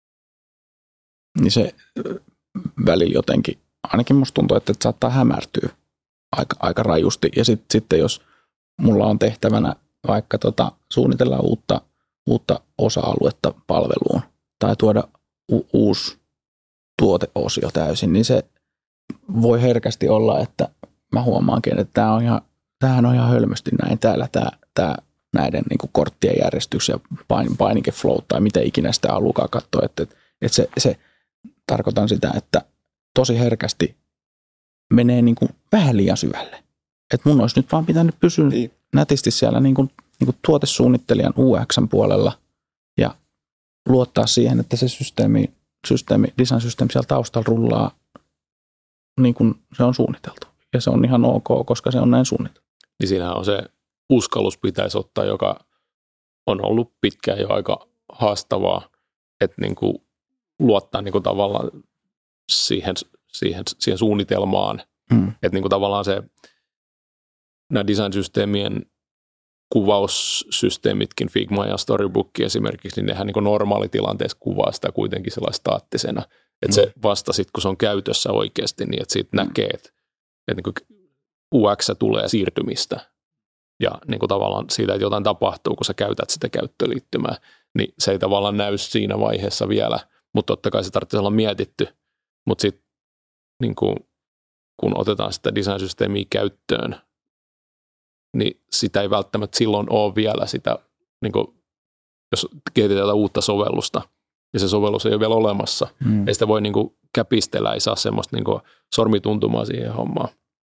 Niin se välillä jotenkin, ainakin musta tuntuu, että et saattaa hämärtyä aika, aika rajusti. Ja sit, sitten jos mulla on tehtävänä vaikka tota, suunnitella uutta, uutta osa-aluetta palveluun tai tuoda u- uusi tuoteosio täysin, niin se voi herkästi olla, että mä huomaankin, että tämä on ihan, tämähän on ihan hölmösti näin täällä tämä, tämä näiden niin kuin korttien järjestys ja pain, painikeflow tai miten ikinä sitä haluaa katsoa. Että, että, että se, se tarkoitan sitä, että tosi herkästi menee niin kuin vähän liian syvälle. Että mun olisi nyt vaan pitänyt pysyä niin nätisti siellä niin kuin, niin kuin tuotesuunnittelijan U X:n puolella ja luottaa siihen, että se systeemi, systeemi design-systeemi siellä taustalla rullaa niin kuin se on suunniteltu. Ja se on ihan ok, koska se on näin suunniteltu. Niin siinähän on se uskallus pitäisi ottaa, joka on ollut pitkään jo aika haastavaa, että niin kuin luottaa niin kuin tavallaan siihen, siihen, siihen suunnitelmaan. Mm. Että niin kuin tavallaan se nämä design-systeemien kuvaussysteemitkin, Figma ja Storybook esimerkiksi, niin nehän niin kuin normaalitilanteessa kuvaa sitä kuitenkin sellaista staattisena. Että mm. se vasta sitten, kun se on käytössä oikeasti, niin että siitä mm. näkee, että, että niin kuin U X tulee siirtymistä. Ja niin kuin tavallaan siitä, että jotain tapahtuu, kun sä käytät sitä käyttöliittymää, niin se ei tavallaan näy siinä vaiheessa vielä, mutta totta kai se tarvitsee olla mietitty. Mutta sitten niin kuin, kun otetaan sitä design-systeemiä käyttöön, niin sitä ei välttämättä silloin ole vielä sitä, niin kuin, jos kehitetään uutta sovellusta, ja se sovellus ei ole vielä olemassa. Mm. Ei sitä voi niin kuin käpistellä, ei saa semmoista niin kuin sormituntumaa siihen hommaan.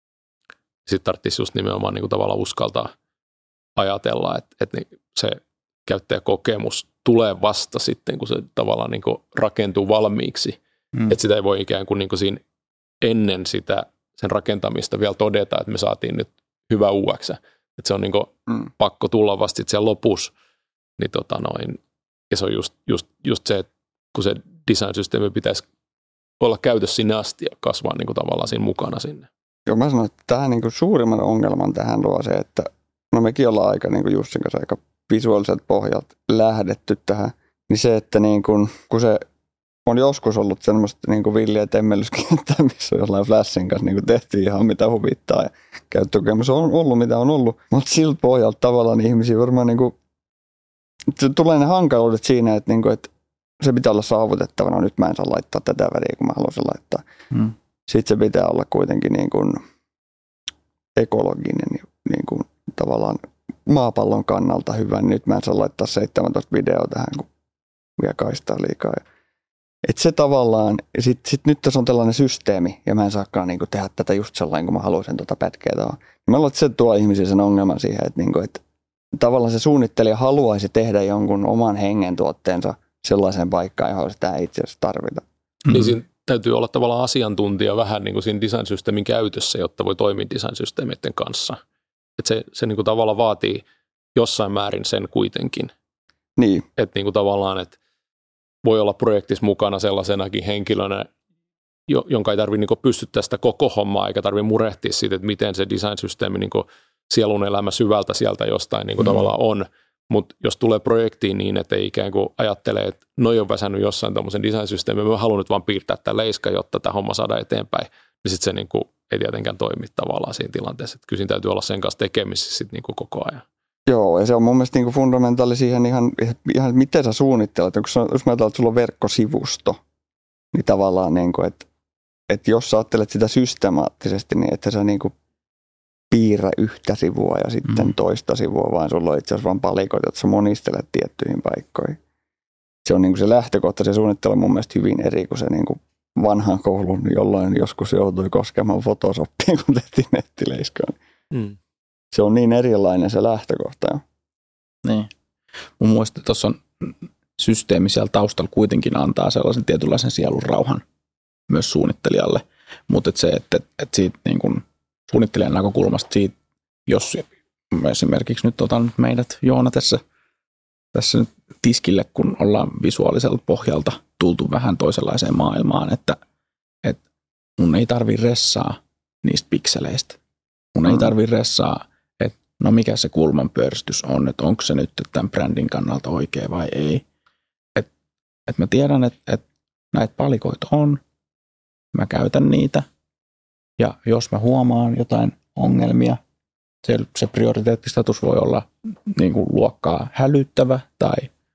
Sitten tarvitsisi just nimenomaan niin kuin tavallaan uskaltaa ajatella, että, että se käyttäjäkokemus tulee vasta sitten, kun se tavallaan niin kuin rakentuu valmiiksi. Mm. Että sitä ei voi ikään kuin, niin kuin siinä ennen sitä, sen rakentamista vielä todeta, että me saatiin nyt hyvä U X. Että se on niin kuin mm. pakko tulla vasta sitten siellä lopussa. Niin tota noin, ja se on just, just, just se, että kun se design-systeemi pitäisi olla käytössä sinne asti ja kasvaa niin kuin tavallaan siinä mukana sinne. Joo, mä sanon, että tähän niin kuin suurimman ongelman tähän luo se, että no mekin ollaan aika niin kuin Jussin kanssa aika visuaaliselta pohjalta lähdetty tähän, niin se, että niin kuin, kun se on joskus ollut semmoista niin kuin villiä temmellyskenttää, missä jollain Flashin kanssa niin kuin tehtiin ihan mitä huvittaa ja käyttökokemus on ollut mitä on ollut, mutta siltä pohjalta tavallaan ihmisiä varmaan niin kuin, tulee ne hankaluudet siinä, että, niin kuin, että se pitää olla saavutettavana. Nyt mä en saa laittaa tätä väriä, kun mä haluaisin laittaa. Mm. Sitten se pitää olla kuitenkin niin kuin ekologinen, niin kuin tavallaan maapallon kannalta hyvä. Nyt mä en saa laittaa seitsemäntoista videoa tähän, kun vielä kaistaa liikaa. Et se tavallaan, sit, sit nyt tässä on tällainen systeemi, ja mä en saakaan niinku tehdä tätä just sellainen, kun mä haluaisin tuota pätkeä tuohon. Mä luulen, että se tuo ihmisiä sen ongelman siihen, että, niinku, että tavallaan se suunnittelija haluaisi tehdä jonkun oman hengen tuotteensa sellaiseen paikkaan, johon sitä ei itse asiassa tarvita. Mm-hmm. Niin siinä täytyy olla tavallaan asiantuntija vähän niin kuin siinä design-systeemin käytössä, jotta voi toimia design-systeemeiden kanssa. Että se, se niin kuin tavallaan vaatii jossain määrin sen kuitenkin. Niin. Että niin kuin tavallaan, että voi olla projektissa mukana sellaisenakin henkilönä, jonka ei tarvitse niin pystyttää sitä koko hommaa, eikä tarvitse murehtia siitä, että miten se design-systeemi niin sielun elämä syvältä sieltä jostain niin kuin mm. tavallaan on. Mutta jos tulee projektiin niin, että ei ikään kuin ajattele, että noi on väsännyt jossain tämmöisen design-systeemin, mä haluan nyt vaan piirtää tämän leiska, jotta tämä homma saadaan eteenpäin, niin sitten se niin kuin ei tietenkään toimi tavallaan siinä tilanteessa. Että kyllä siinä täytyy olla sen kanssa tekemisissä sit niin kuin koko ajan. Joo, ja se on mun mielestä niin kuin fundamentaali siihen ihan, ihan, miten sä suunnittelet. Jos mä ajatellaan, että sulla on verkkosivusto, niin tavallaan, niin kuin, että, että jos sä ajattelet sitä systemaattisesti, niin että sä niin kuin piirrä yhtä sivua ja sitten mm. toista sivua, vaan sulla on itse asiassa vaan palikoita, jotka sä monistelet tiettyihin paikkoihin. Se on niin kuin se lähtökohta, se suunnittelu on mun mielestä hyvin eri kuin se niin kuin vanhan koulun, jollain joskus joutui koskemaan Photoshopia, kun tehtiin nettileiskaa. Mm. Se on niin erilainen se lähtökohta. Jo. Niin. Mun mielestä tuossa on systeemi siellä taustalla kuitenkin antaa sellaisen tietynlaisen sielun rauhan myös suunnittelijalle. Mutta se, että et siitä niin kun suunnittelijan näkökulmasta, siitä, jos esimerkiksi nyt otan meidät Joona tässä, tässä nyt tiskille, kun ollaan visuaaliselta pohjalta tultu vähän toisenlaiseen maailmaan, että, että mun ei tarvitse ressaa niistä pikseleistä. Mun mm. ei tarvitse ressaa, että no mikä se kulman pörstys on, että onko se nyt tämän brändin kannalta oikea vai ei. Että et mä tiedän, että et näitä palikoita on, mä käytän niitä ja jos mä huomaan jotain ongelmia, se, se prioriteettistatus voi olla niin kuin luokkaa hälyttävä tai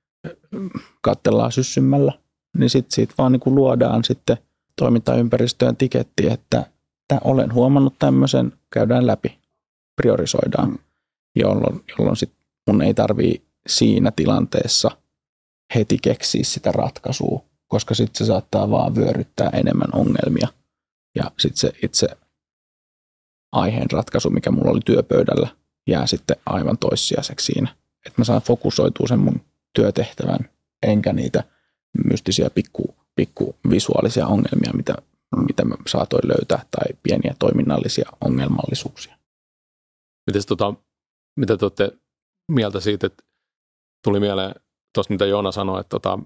katsellaan syssymällä, niin sitten siitä vaan niin kuin luodaan sitten toimintaympäristöön tiketti, että olen huomannut tämmöisen, käydään läpi, priorisoidaan, mm. jolloin, jolloin sit mun ei tarvii siinä tilanteessa heti keksiä sitä ratkaisua, koska sitten se saattaa vaan vyöryttää enemmän ongelmia. Ja sitten se itse aiheen ratkaisu, mikä mulla oli työpöydällä, jää sitten aivan toissijaiseksi siinä. Että mä saan fokusoitua sen mun työtehtävän, enkä niitä mystisiä pikku, pikku visuaalisia ongelmia, mitä mitä mä saatoin löytää, tai pieniä toiminnallisia ongelmallisuuksia. Mites, tota, mitä te olette mieltä siitä, että tuli mieleen tuosta, mitä Joona sanoi, että tota,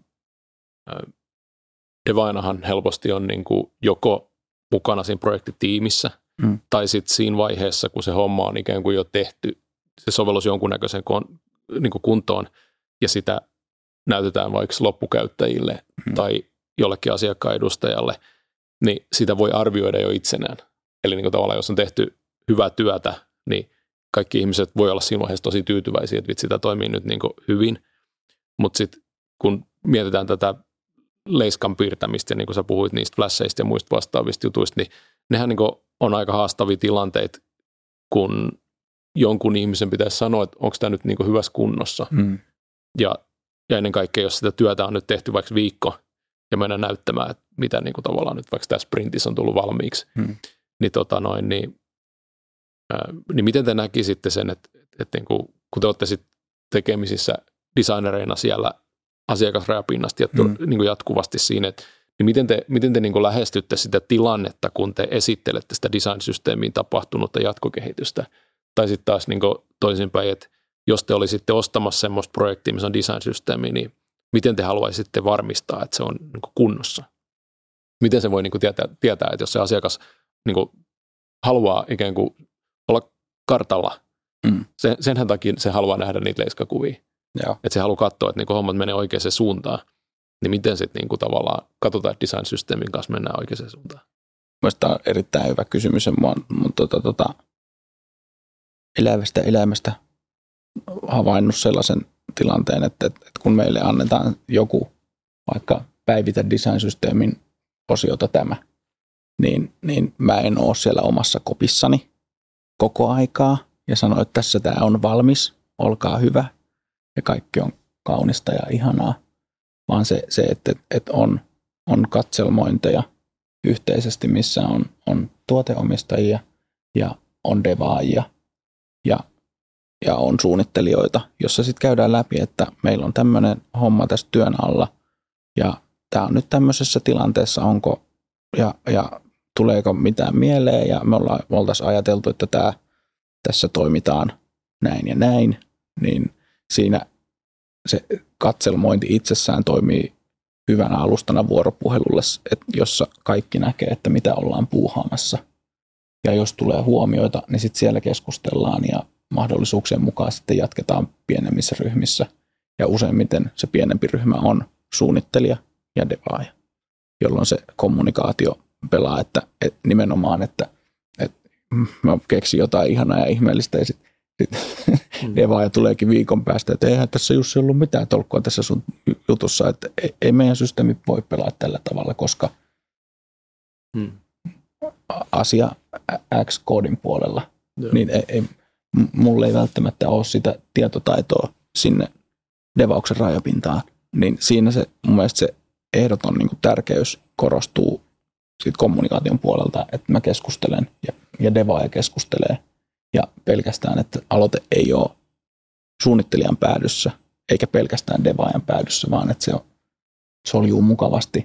devainahan helposti on niin kuin joko mukana siinä projektitiimissä, mm. tai sitten siinä vaiheessa, kun se homma on ikään kuin jo tehty, se sovellus jonkunnäköisen kon, niin kuin kuntoon, ja sitä näytetään vaikka loppukäyttäjille mm. tai jollekin asiakkaan edustajalle, niin sitä voi arvioida jo itsenään. Eli niin kuin tavallaan, jos on tehty hyvää työtä, niin kaikki ihmiset voi olla siinä vaiheessa tosi tyytyväisiä, että vitsi, sitä toimii nyt niin kuin hyvin. Mutta sitten kun mietitään tätä leiskan piirtämistä, ja niin kuin sä puhuit niistä flasheista ja muista vastaavista jutuista, niin nehän niin kuin on aika haastavia tilanteita, kun jonkun ihmisen pitäisi sanoa, että onko tämä nyt niin kuin hyvässä kunnossa. Mm. Ja, ja ennen kaikkea, jos sitä työtä on nyt tehty vaikka viikko, ja mennä näyttämään, että mitä niin kuin tavallaan nyt vaikka tässä sprintissä on tullut valmiiksi, hmm. niin, tota noin, niin, ää, niin miten te näkisitte sen, että, että niin kuin, kun te olette sit tekemisissä designereina siellä asiakasrajapinnasta hmm. niin kuin jatkuvasti siinä, että, niin miten te, miten te niin kuin lähestytte sitä tilannetta, kun te esittelette sitä design-systeemiin tapahtunutta jatkokehitystä, tai sitten taas niin kuin toisinpäin, että jos te olisitte ostamassa semmoista projektia, missä on design-systeemi, niin miten te haluaisitte varmistaa, että se on niin kuin kunnossa? Miten se voi niin kuin tietää, tietää, että jos se asiakas niin kuin haluaa ikään kuin olla kartalla, mm. sen, senhän takia se haluaa nähdä niitä leiskakuvia. Joo. Että se haluaa katsoa, että niin kuin hommat menee oikeaan suuntaan. Niin miten sitten niin kuin tavallaan katsotaan, että design-systeemin kanssa mennään oikeaan suuntaan? Mielestäni tämä on erittäin hyvä kysymys. Mä oon tota, tota, elävästä elämästä havainnut sellaisen tilanteen, että, että kun meille annetaan joku vaikka päivitä design-systeemin osiota tämä, niin, niin mä en ole siellä omassa kopissani koko aikaa ja sano, että tässä tämä on valmis, olkaa hyvä ja kaikki on kaunista ja ihanaa, vaan se, se että, että on, on katselmointeja yhteisesti, missä on, on tuoteomistajia ja on devaajia ja, ja on suunnittelijoita, jossa sitten käydään läpi, että meillä on tämmöinen homma tässä työn alla ja tämä on nyt tämmöisessä tilanteessa, onko ja, ja tuleeko mitään mieleen ja me ollaan, me oltaisiin ajateltu, että tämä, tässä toimitaan näin ja näin, niin siinä se katselmointi itsessään toimii hyvänä alustana vuoropuhelulle, että jossa kaikki näkee, että mitä ollaan puuhaamassa. Ja jos tulee huomioita, niin sitten siellä keskustellaan ja mahdollisuuksien mukaan sitten jatketaan pienemmissä ryhmissä. Ja useimmiten se pienempi ryhmä on suunnittelija ja devaaja, jolloin se kommunikaatio pelaa, että, että nimenomaan, että, että mä keksin jotain ihanaa ja ihmeellistä ja sitten sit mm. devaaja tuleekin viikon päästä, että eihän tässä Jussi ollut mitään tolkkua tässä sun jutussa, että ei, ei meidän systeemi voi pelaa tällä tavalla, koska mm. asia X-koodin puolella, Joo. niin ei, ei, mulla ei välttämättä ole sitä tietotaitoa sinne devauksen rajapintaan, niin siinä se mun mielestä se ehdoton niin kuin tärkeys korostuu siitä kommunikaation puolelta, että mä keskustelen ja, ja devaaja keskustelee ja pelkästään, että aloite ei ole suunnittelijan päädyssä eikä pelkästään devaajan päädyssä, vaan että se on, soljuu mukavasti.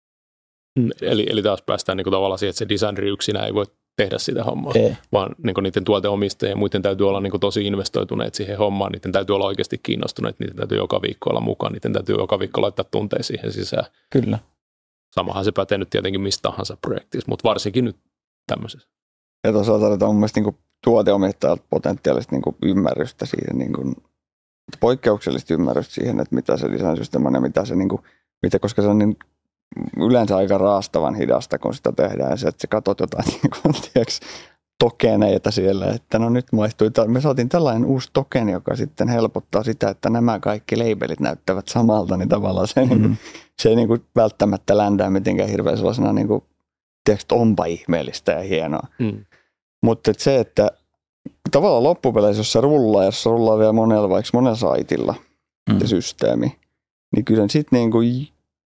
Eli, eli taas päästään niin kuin tavallaan siihen, että se designeri yksinään ei voi tehdä sitä hommaa, ei. vaan niin kuin niiden tuoteomistajien ja muiden täytyy olla niin kuin tosi investoituneet siihen hommaan, niiden täytyy olla oikeasti kiinnostuneet, niiden täytyy joka viikko olla mukaan, niiden täytyy joka viikko laittaa tunteja siihen sisään. Kyllä. Samahan se pätee nyt tietenkin mistä tahansa projektissa, mutta varsinkin nyt tämmöisessä. Ja tuossa tarvitaan mun mielestä niin tuoteomistajalta potentiaalista niin ymmärrystä siihen, niin kuin, poikkeuksellista ymmärrystä siihen, että mitä se design-systeemi on ja mitä se, niin kuin, mitä, koska se on niin yleensä aika raastavan hidasta, kun sitä tehdään ja se, että sä katsot jotain niin kuin, tiiäks, tokeneita siellä, että no nyt maistui, me saatiin tällainen uusi tokeni, joka sitten helpottaa sitä, että nämä kaikki labelit näyttävät samalta, niin tavallaan se, mm-hmm. niin kuin, se ei niin kuin välttämättä ländää mitenkään hirveän sellaisena, niin kuin, tiedätkö, onpa ihmeellistä ja hienoa. Mm. Mutta et se, että tavallaan loppupeleissä, jos se rullaa, jos se rullaa vielä monella, vaikka monella saitilla mm. se systeemi, niin kyllä sitten niin kuin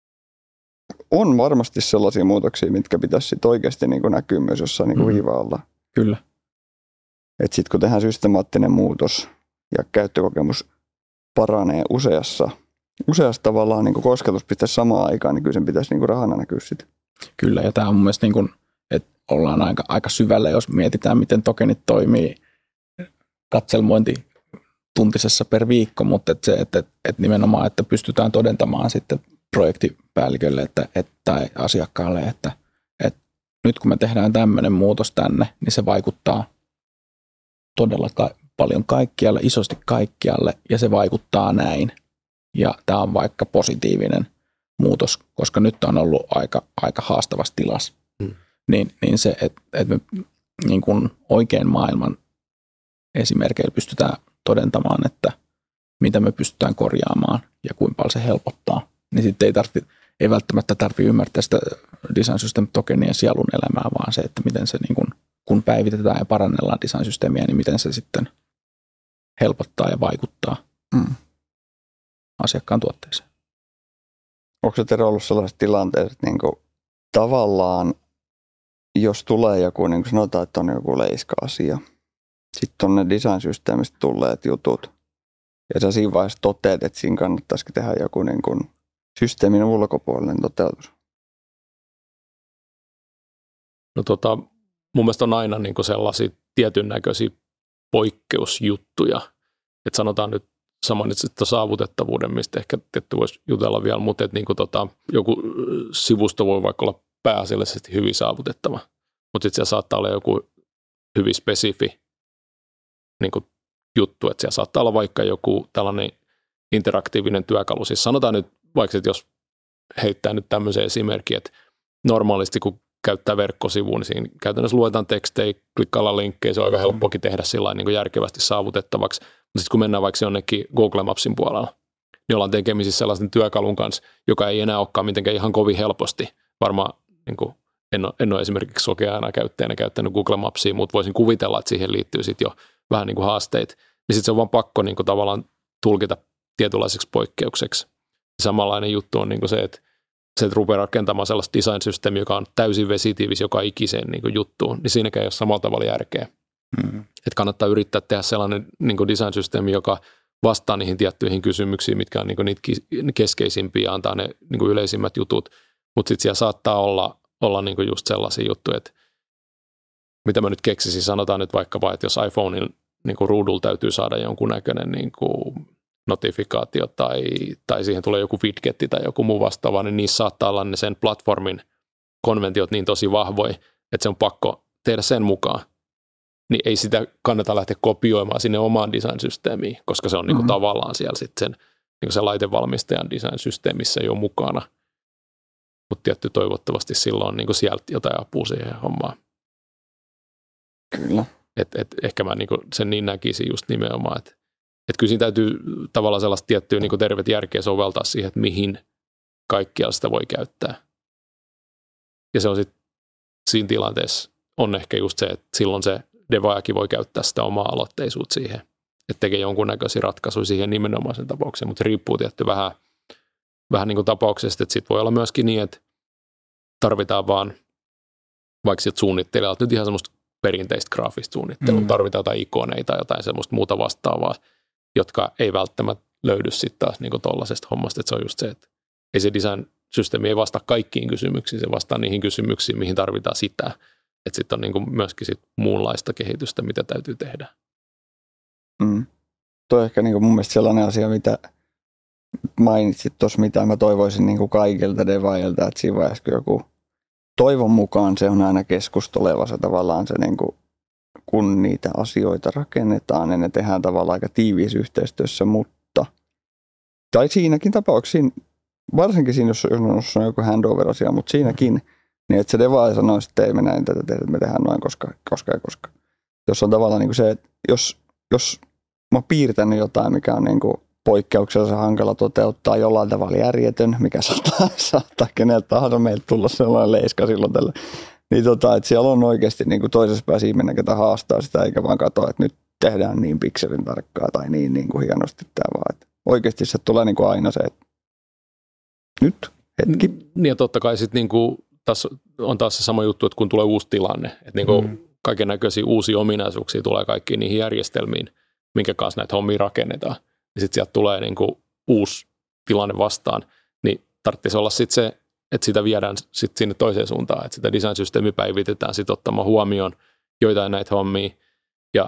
on varmasti sellaisia muutoksia, mitkä pitäisi sit oikeasti niin kuin näkyä myös jossain niin kuin mm. viivaalla. Kyllä. Että sitten kun tehdään systemaattinen muutos ja käyttökokemus paranee useassa, useassa tavallaan niin kuin kosketuspisteessä samaan aikaan, niin kyllä sen pitäisi niin kuin rahana näkyä sitten. Kyllä, ja tämä on mun mielestä niin kuin, että ollaan aika, aika syvällä, jos mietitään, miten tokenit toimii katselmointi tuntisessa per viikko, mutta että se, että, että nimenomaan, että pystytään todentamaan sitten projektipäällikölle että, että, tai asiakkaalle, että, että nyt kun me tehdään tämmöinen muutos tänne, niin se vaikuttaa todella ka- paljon kaikkialle, isosti kaikkialle, ja se vaikuttaa näin. Ja tämä on vaikka positiivinen muutos, koska nyt on ollut aika, aika haastavassa tilassa. Hmm. Niin, niin se, että, että me niin kuin oikein maailman esimerkkeillä pystytään todentamaan, että mitä me pystytään korjaamaan ja kuinka paljon se helpottaa, niin sitten ei, tarvi, ei välttämättä tarvitse ymmärtää sitä design system tokenien sielun elämää, vaan se, että miten se, niin kun, kun päivitetään ja parannellaan design systeemiä, niin miten se sitten helpottaa ja vaikuttaa mm. asiakkaan tuotteeseen. Onko se Tero ollut sellaiset tilanteet, että niin kuin, tavallaan jos tulee joku, niin kuin sanotaan, että on joku leiska-asia, sitten on ne design-systeemistä tulleet jutut, ja sä siinä vaiheessa toteat, että siinä kannattaisikin tehdä joku niin kuin systeemin ulkopuolinen toteutus. No tota, mun mielestä on aina niin kuin sellaisia tietyn näköisiä poikkeusjuttuja, että sanotaan nyt saman että saavutettavuuden, mistä ehkä tietty voisi jutella vielä, mutta että niin kuin tota, joku sivusto voi vaikka olla pääasiallisesti hyvin saavutettava, mutta sitten siellä saattaa olla joku hyvin spesifi niin kuin juttu, että siellä saattaa olla vaikka joku tällainen interaktiivinen työkalu. Siis sanotaan nyt vaikka, että jos heittää nyt tämmöisen esimerkin, että normaalisti kun käyttää verkkosivuun, niin siinä käytännössä luetaan tekstejä, klikkaillaan linkkejä, se on aika helppokin tehdä sillä niin kuin järkevästi saavutettavaksi. Mutta sitten kun mennään vaikka jonnekin Google Mapsin puolella, niin ollaan tekemisissä sellaisen työkalun kanssa, joka ei enää olekaan mitenkään ihan kovin helposti. Varmaan niin kuin, en, ole, en ole esimerkiksi sokeana käyttäjänä käyttänyt Google Mapsia, mutta voisin kuvitella, että siihen liittyy sitten jo vähän niin kuin haasteita. Niin sitten se on vaan pakko niin kuin tavallaan tulkita tietynlaiseksi poikkeukseksi. Samanlainen juttu on niin kuin se, että se, että rupeaa rakentamaan sellaista design-systeemiä, joka on täysin vesitiivis joka ikiseen niin kuin juttuun, niin siinäkään ei ole samalla tavalla järkeä. Mm. Että kannattaa yrittää tehdä sellainen niin kuin design-systeemi, joka vastaa niihin tiettyihin kysymyksiin, mitkä on niin kuin niitä keskeisimpiä ja antaa ne niin kuin yleisimmät jutut. Mutta sitten siellä saattaa olla, olla niin kuin just sellaisia juttuja, että mitä mä nyt keksisin, sanotaan nyt vaikka, että jos iPhonein niin kuin ruudulla täytyy saada jonkunnäköinen niin kuin notifikaatio tai, tai siihen tulee joku widgetti tai joku muu vastaava, niin niissä saattaa olla ne sen platformin konventiot niin tosi vahvoja, että se on pakko tehdä sen mukaan. Niin ei sitä kannata lähteä kopioimaan sinne omaan design-systeemiin, koska se on mm-hmm. niin kuin tavallaan siellä sitten sen, niin kuin se laitevalmistajan design-systeemissä jo mukana. Mutta tietty toivottavasti silloin on niin kuin sieltä jotain apua siihen hommaan. Kyllä. Et, et ehkä mä niin kuin sen niin näkisin just nimenomaan, että et kyllä siinä täytyy tavallaan sellaista tiettyä niin kuin tervet järkeä soveltaa siihen, että mihin kaikkialla sitä voi käyttää. Ja se on sitten siinä tilanteessa on ehkä just se, että silloin se devaajakin voi käyttää sitä omaa aloitteisuutta siihen, että tekee jonkunnäköisiä ratkaisuja siihen nimenomaisen tapaukseen, mutta riippuu tietty vähän, vähän niin kuin tapauksesta, että sitten voi olla myöskin niin, että tarvitaan vaan vaikka sieltä suunnittelijalta nyt ihan semmoista perinteistä graafista suunnittelua, mm. tarvitaan jotain ikoneita tai jotain semmoista muuta vastaavaa, jotka ei välttämättä löydy sitten taas niin kuin tollaisesta hommasta, että se on just se, että ei se design-systeemi ei vastaa kaikkiin kysymyksiin, se vastaa niihin kysymyksiin, mihin tarvitaan sitä, että sitten on niin kuin myöskin sit muunlaista kehitystä, mitä täytyy tehdä. Mm. Tuo on ehkä niin kuin mun mielestä sellainen asia, mitä mainitsit tuossa, mitä mä toivoisin niin kuin kaikilta devaajilta, että siinä vaiheessa joku toivon mukaan se on aina keskusteleva se tavallaan se, niin kuin, kun niitä asioita rakennetaan ja ne tehdään tavallaan aika tiiviissä yhteistyössä, mutta tai siinäkin tapauksessa, varsinkin siinä, jos on joku handover-asia, mutta siinäkin, niin että se devaaja sanoisi, että ei me näin tätä tehdä, me tehdään noin koska, koska ja koska. Jos on tavallaan niin kuin se, että jos, jos mä oon piirtänyt jotain, mikä on niin kuin poikkeuksellisen hankala toteuttaa, jollain tavalla järjetön, mikä saattaa, saattaa keneltä tahansa meiltä tulla sellainen leiska silloin tällä. Niin tota, että siellä on oikeasti niin kuin toisessa päässä ihminen, ketä haastaa sitä, eikä vaan katsoa, että nyt tehdään niin pikselin tarkkaa tai niin, niin kuin hienosti tämä vaan. Että oikeasti se tulee niin kuin aina se, että nyt, hetki. Niin ja totta kai sitten niin kuin, tässä on taas se sama juttu, että kun tulee uusi tilanne, että niin kuin mm. kaiken näköisiä uusia ominaisuuksia tulee kaikkiin niihin järjestelmiin, minkä kanssa näitä hommia rakennetaan. Ja sitten sieltä tulee niin kuin uusi tilanne vastaan, niin tarvitsisi olla sitten se, että sitä viedään sitten sinne toiseen suuntaan, että sitä design-systeemiä päivitetään sitten ottamaan huomioon joitain näitä hommia. Ja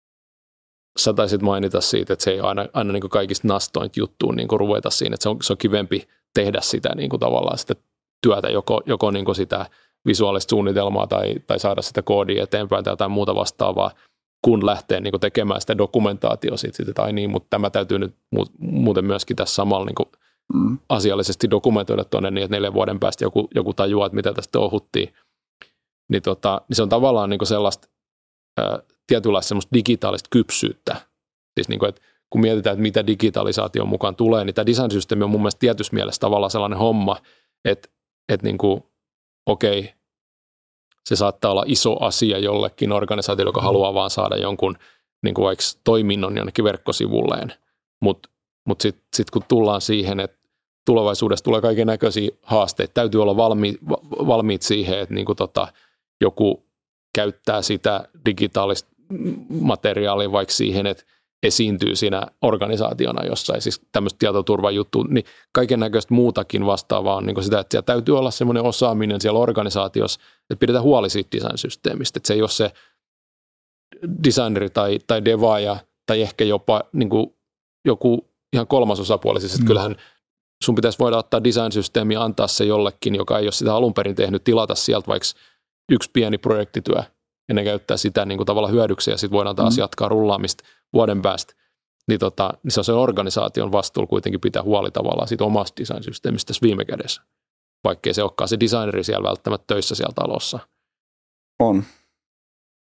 sä taisit mainita siitä, että se ei ole aina, aina niin kuin kaikista nastointa juttuun niin kuin ruveta siinä, että se on, se on kivempi tehdä sitä niin kuin tavallaan sitä työtä, joko, joko niin kuin sitä visuaalista suunnitelmaa tai, tai saada sitä koodia eteenpäin tai jotain muuta vastaavaa, kun lähtee niin kuin tekemään sitä dokumentaatiota siitä, että ai niin, mutta tämä täytyy nyt muuten myöskin tässä samalla niin kuin mm. asiallisesti dokumentoida tuonne niin, että neljän vuoden päästä joku, joku tajuaa, että mitä tästä ohuttiin. Niin, tota, niin se on tavallaan niin kuin sellaista ää, tietynlaista semmoista digitaalista kypsyyttä. Siis niin kuin, että kun mietitään, että mitä digitalisaation mukaan tulee, niin tämä design-systeemi on mun mielestä tietyssä mielessä tavallaan sellainen homma, että, että niin kuin, okei, se saattaa olla iso asia jollekin organisaatiolle, joka haluaa vaan saada jonkun niin kuin vaikka toiminnon jonnekin verkkosivulleen. Mutta mut sitten sit kun tullaan siihen, että tulevaisuudessa tulee kaiken näköisiä haasteita, täytyy olla valmi, valmiit siihen, että niin kuin tota, joku käyttää sitä digitaalista materiaalia vaikka siihen, että esiintyy siinä organisaationa jossain, siis tämmöistä tietoturvajuttua, niin kaiken näköistä muutakin vastaavaa on niin kuin sitä, että siellä täytyy olla semmoinen osaaminen siellä organisaatiossa, että pidetään huoli siitä design-systeemistä, että se ei ole se designeri tai, tai devaaja tai ehkä jopa niin kuin joku ihan kolmas osapuoli, siis että mm. kyllähän sun pitäisi voida ottaa design-systeemi ja antaa se jollekin, joka ei ole sitä alun perin tehnyt, tilata sieltä vaikka yksi pieni projektityö ja ne käyttää sitä niin kuin tavallaan hyödyksi ja sitten voidaan taas mm. jatkaa rullaamista vuoden päästä, niin, tota, niin se on se organisaation vastuulla kuitenkin pitää huoli tavallaan siitä omasta design-systeemistä tässä viime kädessä, vaikkei se olekaan se designeri siellä välttämättä töissä siellä talossa. On.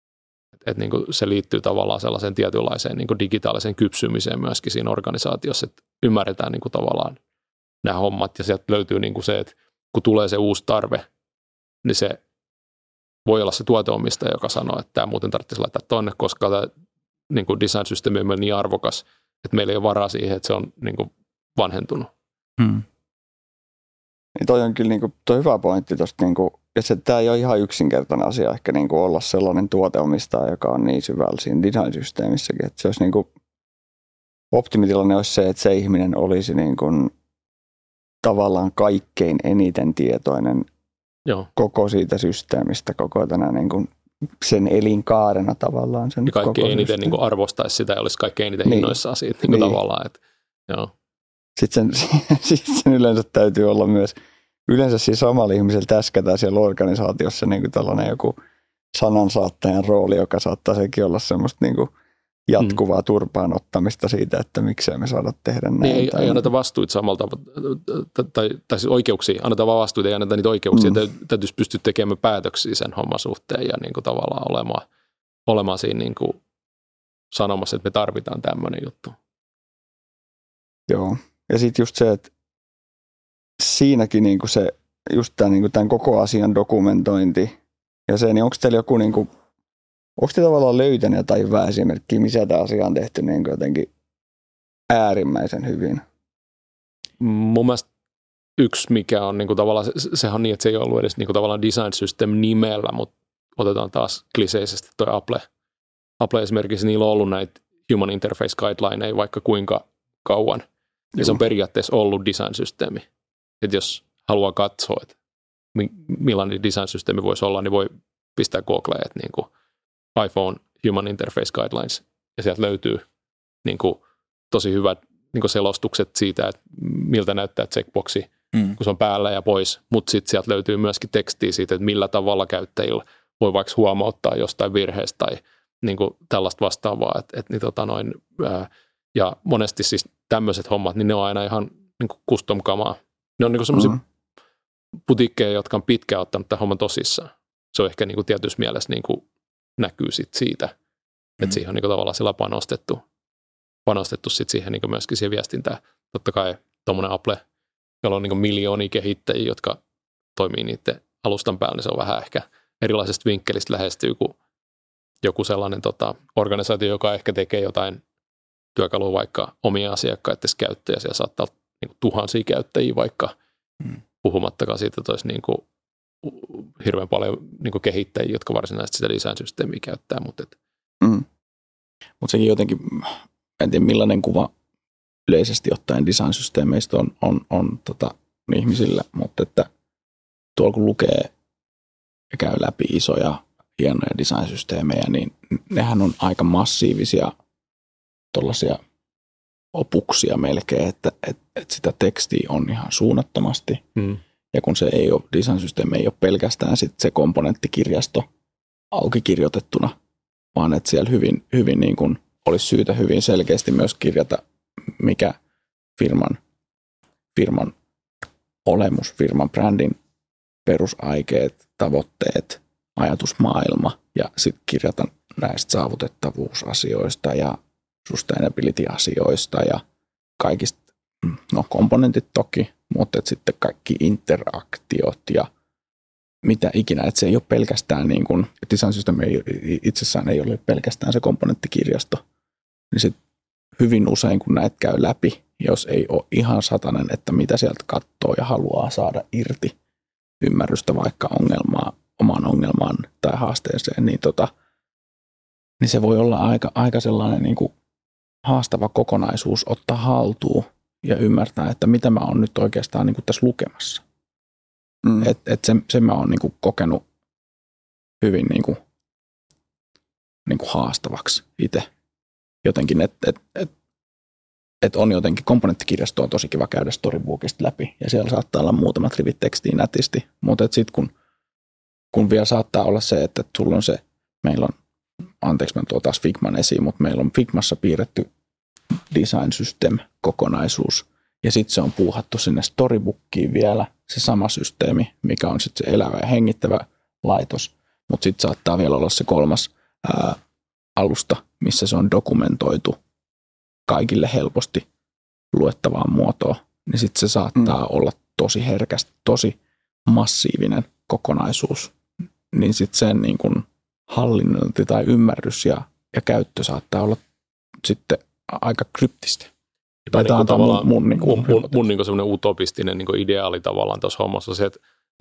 Et niin kuin se liittyy tavallaan sellaiseen tietynlaiseen niin kuin digitaaliseen kypsymiseen myöskin siinä organisaatiossa, että ymmärretään niin kuin tavallaan nämä hommat ja sieltä löytyy niin kuin se, että kun tulee se uusi tarve, niin se voi olla se tuoteomistaja, joka sanoo, että tämä muuten tarvitsisi laittaa tonne, koska tämä niin kuin design-systeemi on niin arvokas, että meillä ei ole varaa siihen, että se on niin kuin vanhentunut. Hmm. Niin toi on kyllä niin kuin, toi hyvä pointti tuosta, niin ja se, tämä ei ole ihan yksinkertainen asia ehkä niin kuin olla sellainen tuoteomistaja, joka on niin syvällä siinä design-systeemissäkin, että se olisi niin kuin, optimitilanne olisi se, että se ihminen olisi niin kuin, tavallaan kaikkein eniten tietoinen Joo. koko siitä systeemistä, koko tänä niin kuin, sen elinkaarena tavallaan. Sen ja kaikkein eniten niin kuin arvostaisi sitä ja olisi kaikkein eniten niin. innoissaan siitä niin niin. tavallaan. Että, joo. Sitten sen, sitten sen yleensä täytyy olla myös, yleensä siis samalla ihmisellä täskätään siellä organisaatiossa niin kuin tällainen joku sanansaattajan rooli, joka saattaa sekin olla semmoista niin kuin jatkuvaa mm. turpaan ottamista siitä, että miksei me saada tehdä näin. Niin, ei, ei anneta vastuita samalta, tai, tai, tai siis oikeuksia, annetaan vaan vastuita, ei anneta niitä oikeuksia. Mm. Täytyisi pystyä tekemään päätöksiä sen homman suhteen ja niin kuin tavallaan olemaan, olemaan siinä niin kuin sanomassa, että me tarvitaan tämmöinen juttu. Joo, ja sitten just se, että siinäkin niin kuin se, just tämän, niin kuin tämän koko asian dokumentointi ja se, niin onko teillä joku niin kuin, onko te tavallaan löytänyt jotain hyvää esimerkkiä, missä tämä asia on tehty niin jotenkin äärimmäisen hyvin? Mun mielestä yksi, mikä on niin kuin tavallaan, se, sehän on niin, että se ei ollut edes niin kuin tavallaan design system nimellä, mutta otetaan taas kliseisesti toi Apple. Apple esimerkiksi, niillä on ollut näitä human interface guidelineja vaikka kuinka kauan. Ja se on periaatteessa ollut design-systeemi. Että jos haluaa katsoa, että millainen design-systeemi voisi olla, niin voi pistää Googleen, että niin kuin iPhone Human Interface Guidelines, ja sieltä löytyy niin kuin tosi hyvät niin kuin selostukset siitä, että miltä näyttää checkboxi, mm. kun se on päällä ja pois, mutta sitten sieltä löytyy myöskin tekstiä siitä, että millä tavalla käyttäjillä voi vaikka huomauttaa jostain virheestä tai niin kuin tällaista vastaavaa, että, että niin, tota noin, ää, ja monesti siis tämmöiset hommat, niin ne on aina ihan niin kuin custom-kamaa. Ne on niin kuin semmoisia mm-hmm. putiikkeja, jotka on pitkään ottanut tämän homman tosissaan. Se on ehkä niin kuin tietyssä mielessä niin kuin näkyy sit siitä, että mm-hmm. siihen on niin kuin tavallaan sillä panostettu, panostettu sit siihen niin kuin myöskin siihen viestintään. Totta kai tuommoinen Apple, jolla on niin kuin miljoonia kehittäjiä, jotka toimii niiden alustan päällä, niin se on vähän ehkä erilaisesta vinkkelistä lähestyy kuin joku sellainen tota, organisaatio, joka ehkä tekee jotain työkalua vaikka omia asiakkaiden käyttöjä. Siellä saattaa olla niin kuin tuhansia käyttäjiä vaikka, mm. puhumattakaan siitä, että olisi niin kuin hirveän paljon niin kuin kehittäjiä, jotka varsinaisesti sitä design-systeemiä käyttää. Mutta mm. Mut sekin jotenkin, en tiedä millainen kuva yleisesti ottaen design-systeemeistä on, on, on tota, ihmisillä, mutta että tuolla kun lukee ja käy läpi isoja, hienoja design-systeemejä, niin nehän on aika massiivisia tuollaisia opuksia melkein, että, että, että sitä tekstiä on ihan suunnattomasti. Mm. Ja kun se ei ole, design-systeemi ei ole pelkästään sit se komponenttikirjasto auki kirjoitettuna, vaan että siellä hyvin, hyvin niin kuin olisi syytä hyvin selkeästi myös kirjata, mikä firman, firman olemus, firman brändin perusaikeet, tavoitteet, ajatusmaailma ja sitten kirjata näistä saavutettavuusasioista ja sustainability-asioista ja kaikista, no komponentit toki, mutta sitten kaikki interaktiot ja mitä ikinä, että se ei ole pelkästään niin kuin, design system ei, itsessään ei ole pelkästään se komponenttikirjasto, niin sitten hyvin usein kun näitä käy läpi, jos ei ole ihan satanen, että mitä sieltä katsoo ja haluaa saada irti ymmärrystä vaikka ongelmaa, omaan ongelmaan tai haasteeseen, niin, tota, niin se voi olla aika, aika sellainen niin kuin haastava kokonaisuus ottaa haltuun ja ymmärtää, että mitä mä oon nyt oikeastaan niin kuin tässä lukemassa. Mm. Että et sen, sen mä oon niin kuin kokenut hyvin niin kuin, niin kuin haastavaksi itse. Jotenkin, että et, et, et on jotenkin komponenttikirjastoa tosi kiva käydä Storybookista läpi ja siellä saattaa olla muutamat rivit tekstiä nätisti, mutta sitten kun, kun vielä saattaa olla se, että sulla on se, meillä on, anteeksi mä tuon taas Figman esiin, mutta meillä on Figmassa piirretty design system kokonaisuus ja sitten se on puuhattu sinne Storybookiin vielä se sama systeemi, mikä on sitten se elävä ja hengittävä laitos, mutta sitten saattaa vielä olla se kolmas ää, alusta, missä se on dokumentoitu kaikille helposti luettavaan muotoon, niin sitten se saattaa mm. olla tosi herkästi, tosi massiivinen kokonaisuus. Niin sitten sen niin kun hallinnointi tai ymmärrys ja, ja käyttö saattaa olla sitten aika kryptistä. Tai niin tavallaan mun, mun, niin mun, mun, mun niin semmoinen utopistinen niin ideaali tavallaan tuossa hommassa se, että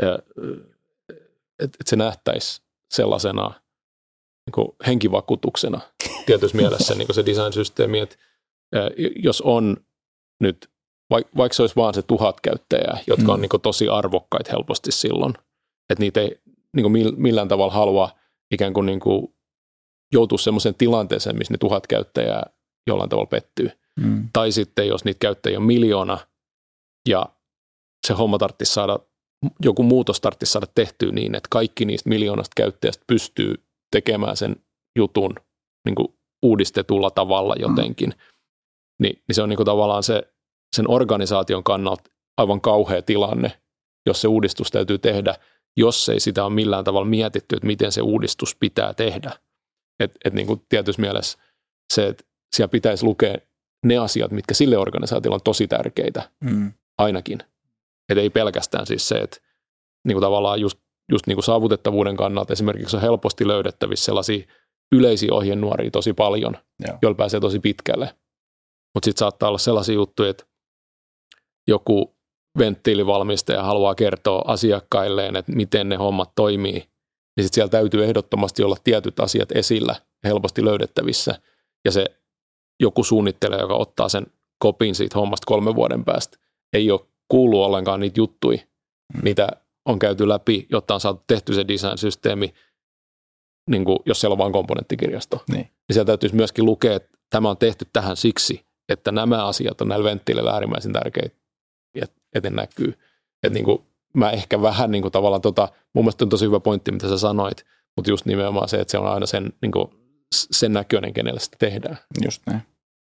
et, et se nähtäisi sellaisena niin henkivakuutuksena tietyssä mielessä niin se design-systeemi, että jos on nyt, vaikka se olisi vaan se tuhat käyttäjää, jotka mm. on niin tosi arvokkaita helposti silloin, että niitä ei niin millään tavalla halua ikään kuin, niin kuin joutua semmoiseen tilanteeseen, missä ne tuhat käyttäjää jollain tavalla pettyy. Mm. Tai sitten, jos niitä käyttäjiä on miljoona ja se homma tarvitsisi saada, joku muutos tarvitsisi saada tehtyä niin, että kaikki niistä miljoonasta käyttäjästä pystyy tekemään sen jutun niin kuin uudistetulla tavalla jotenkin, mm. niin, niin se on niin kuin tavallaan se, sen organisaation kannalta aivan kauhea tilanne, jos se uudistus täytyy tehdä, jos ei sitä ole millään tavalla mietitty, että miten se uudistus pitää tehdä. Että et niin kuin tietyssä mielessä se, että siellä pitäisi lukea ne asiat, mitkä sille organisaatiolle on tosi tärkeitä, mm. ainakin. Että ei pelkästään siis se, että niin kuin tavallaan just, just niin kuin saavutettavuuden kannalta esimerkiksi on helposti löydettävissä sellaisia yleisiä ohjenuoria tosi paljon, Joo. joilla pääsee tosi pitkälle. Mutta sitten saattaa olla sellaisia juttuja, että joku venttiilivalmistaja haluaa kertoa asiakkailleen, että miten ne hommat toimii, niin sitten siellä täytyy ehdottomasti olla tietyt asiat esillä helposti löydettävissä. Ja se joku suunnittelija, joka ottaa sen kopin siitä hommasta kolmen vuoden päästä, ei ole kuullut ollenkaan niitä juttuja, mm. mitä on käyty läpi, jotta on saatu tehty se design-systeemi, niin kuin jos siellä on vain komponenttikirjasto. Niin. niin siellä täytyisi myöskin lukea, että tämä on tehty tähän siksi, että nämä asiat on näillä venttiileillä äärimmäisen tärkeitä, että ne näkyy. Että niin kuin mä ehkä vähän niin kuin tavallaan, tota, mun mielestä on tosi hyvä pointti, mitä sä sanoit, mutta just nimenomaan se, että se on aina sen, niin kuin, sen näköinen, kenelle sitä tehdään. Just näin.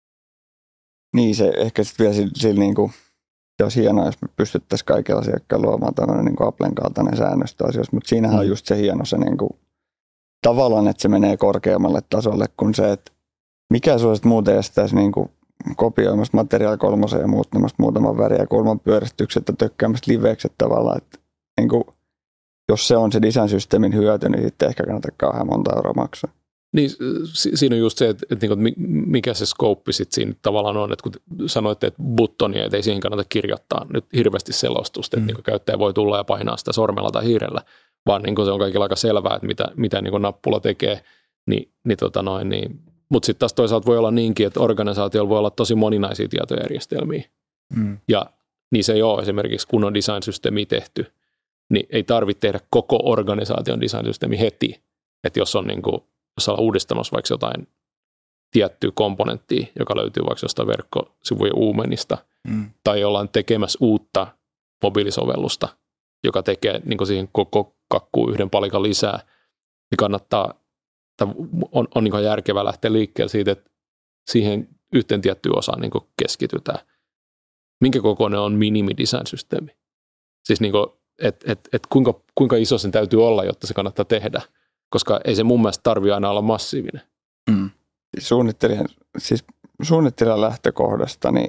Niin, se ehkä sitten vielä sillä, sillä niin kuin, se olisi hienoa, jos me pystyttäisiin kaikilla asiakkailla luomaan tämmöinen niin kuin Applen kaltainen säännöstö asioissa, mutta siinähän mm. on just se hieno se niin kuin, tavallaan, että se menee korkeammalle tasolle kuin se, että mikä sinua sitten muuten estäisi niin kuin kopioimasta materiaali kolmosen ja muuttamasta muutaman väriä ja kulman pyöristykset ja tökkäämästä liveekset tavallaan, että niin kuin, jos se on se design-systeemin hyöty, niin sitten ehkä kannattaa kauhean monta euroa maksaa. Niin, siinä on just se, että, että, että mikä se skouppi sitten siinä tavallaan on, että kun sanoitte, että buttonia, että ei siihen kannata kirjoittaa nyt hirveästi selostusta, että mm. niin käyttäjä voi tulla ja painaa sitä sormella tai hiirellä, vaan niin se on kaikilla aika selvää, että mitä, mitä niin nappula tekee, niin, niin, tota noin, niin. Mutta sitten taas toisaalta voi olla niinkin, että organisaatiolla voi olla tosi moninaisia tietojärjestelmiä, mm. ja niissä ei ole esimerkiksi kunnon design-systeemiä tehty, niin ei tarvitse tehdä koko organisaation design-systeemi heti, että jos on niin kuin jos ollaan uudistamassa vaikka jotain tiettyä komponenttia, joka löytyy vaikka jostain verkkosivujen uumenista, mm. tai ollaan tekemässä uutta mobiilisovellusta, joka tekee niin siihen koko kakkuun yhden palikan lisää, niin kannattaa, on, on niin järkevää lähteä liikkeelle siitä, että siihen yhteen tiettyyn osaan niin keskitytään. Minkä kokoinen on minimidesign-systeemi? Siis niin että et, et kuinka, kuinka iso sen täytyy olla, jotta se kannattaa tehdä? Koska ei se mun mielestä tarvitse aina olla massiivinen. Mm. Suunnittelijan, siis suunnittelijan lähtökohdasta, niin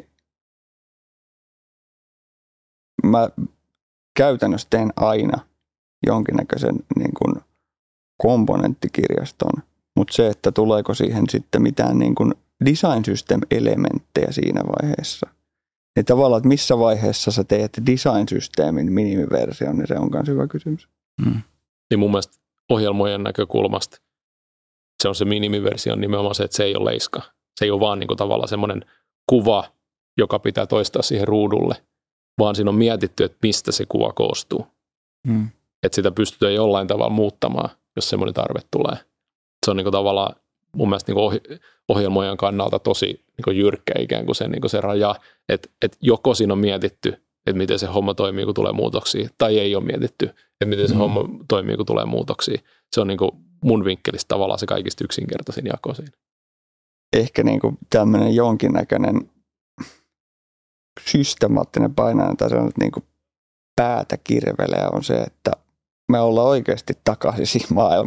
mä käytännössä teen aina jonkinnäköisen niin kuin komponenttikirjaston, mutta se, että tuleeko siihen sitten mitään niin kuin design system-elementtejä siinä vaiheessa. Ja tavallaan, että missä vaiheessa sä teet design-systeemin minimiversion, niin se on myös hyvä kysymys. Mm. Niin mun mielestä ohjelmojen näkökulmasta se on se minimiversio nimenomaan se, että se ei ole leiska. Se ei ole vaan niin kuin tavallaan semmoinen kuva, joka pitää toistaa siihen ruudulle, vaan siinä on mietitty, että mistä se kuva koostuu. Mm. Että sitä pystytään jollain tavalla muuttamaan, jos semmoinen tarve tulee. Se on niin kuin tavallaan mun mielestä niin kuin ohjelmojen kannalta tosi niin kuin jyrkkä ikään kuin se, niin kuin se raja, että, että joko siinä on mietitty, että miten se homma toimii, kun tulee muutoksia, tai ei ole mietitty, että miten se mm. homma toimii, kun tulee muutoksia. Se on niin kuin mun vinkkelistä tavallaan se kaikista yksinkertaisin jako siinä. Ehkä niin kuin tämmöinen jonkinnäköinen systemaattinen painainen tai sellainen niin kuin päätä kirvelee on se, että me ollaan oikeasti takaisin siinä maailmassa,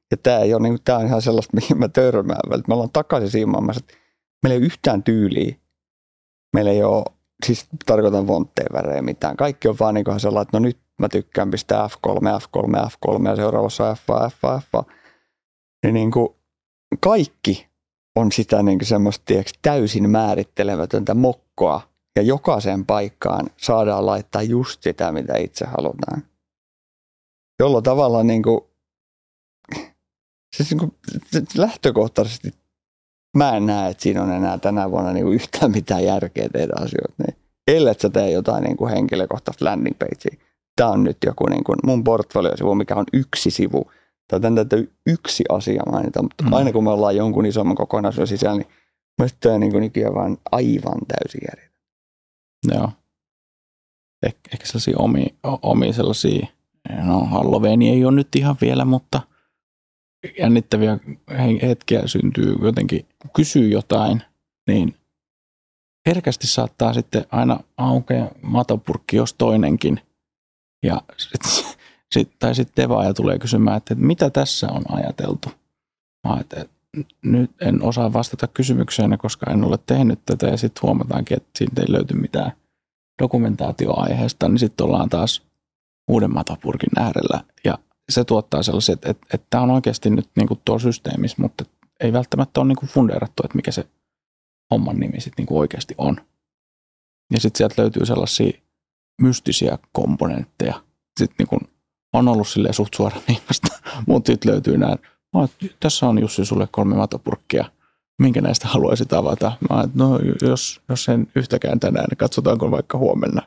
Ja tämä ei ole, niin, tämä on ihan sellaista, mihin mä törmään. Me ollaan takaisin siinä maailmassa, että meillä ei ole yhtään tyyliä. Meillä ei ole, siis tarkoitan fontteen värejä mitään. Kaikki on vaan niin kuin sellainen, että no nyt mä tykkään pistää F kolme, F kolme, F kolme ja seuraavassa F, F, F. Niin, niin kuin kaikki on sitä niin kuin semmoista tiiäks, täysin määrittelemätöntä mokkoa. Ja jokaiseen paikkaan saadaan laittaa just sitä, mitä itse halutaan. Jolla tavalla niin kuin, siis niin kuin, lähtökohtaisesti mä en näe, että siinä on enää tänä vuonna niin kuin yhtään mitään järkeä tehdä asioita. Niin, ellei sä tee jotain niin kuin henkilökohtaista landing pagea. Tämä on nyt joku niin kuin mun portfoliosivu, mikä on yksi sivu. Tai tämän täytyy yksi asia mainita, mutta mm. aina kun me ollaan jonkun isomman kokonaisuuden sisällä, niin mielestäni tämä on niin kuin nykyään vaan aivan täysin järjetön. Joo. Eh, ehkä sellaisia omia, omia sellaisia, no Halloween ei ole nyt ihan vielä, mutta jännittäviä hetkiä syntyy jotenkin, kun kysyy jotain, niin herkästi saattaa sitten aina aukea matopurkki, jos toinenkin. Ja sit, sit, tai sitten devaaja tulee kysymään, että, että mitä tässä on ajateltu. Mä että nyt en osaa vastata kysymykseen, koska en ole tehnyt tätä ja sitten huomataankin, että siitä ei löyty mitään dokumentaatioaiheesta, niin sitten ollaan taas uuden matopurkin äärellä. Ja se tuottaa sellaisia, että, että, että tämä on oikeasti nyt niin kuin tuolla systeemissä, mutta ei välttämättä ole niin kuin fundeerattu, että mikä se homman nimi sitten niin kuin oikeasti on. Ja sitten sieltä löytyy sellaisia mystisiä komponentteja. Sitten niin kuin on ollut silleen suht suora viimasta, mutta sitten löytyy nämä, tässä on Jussi sulle kolme matopurkkia, minkä näistä haluaisit avata? Mä että no jos, jos en yhtäkään tänään, niin katsotaanko vaikka huomenna.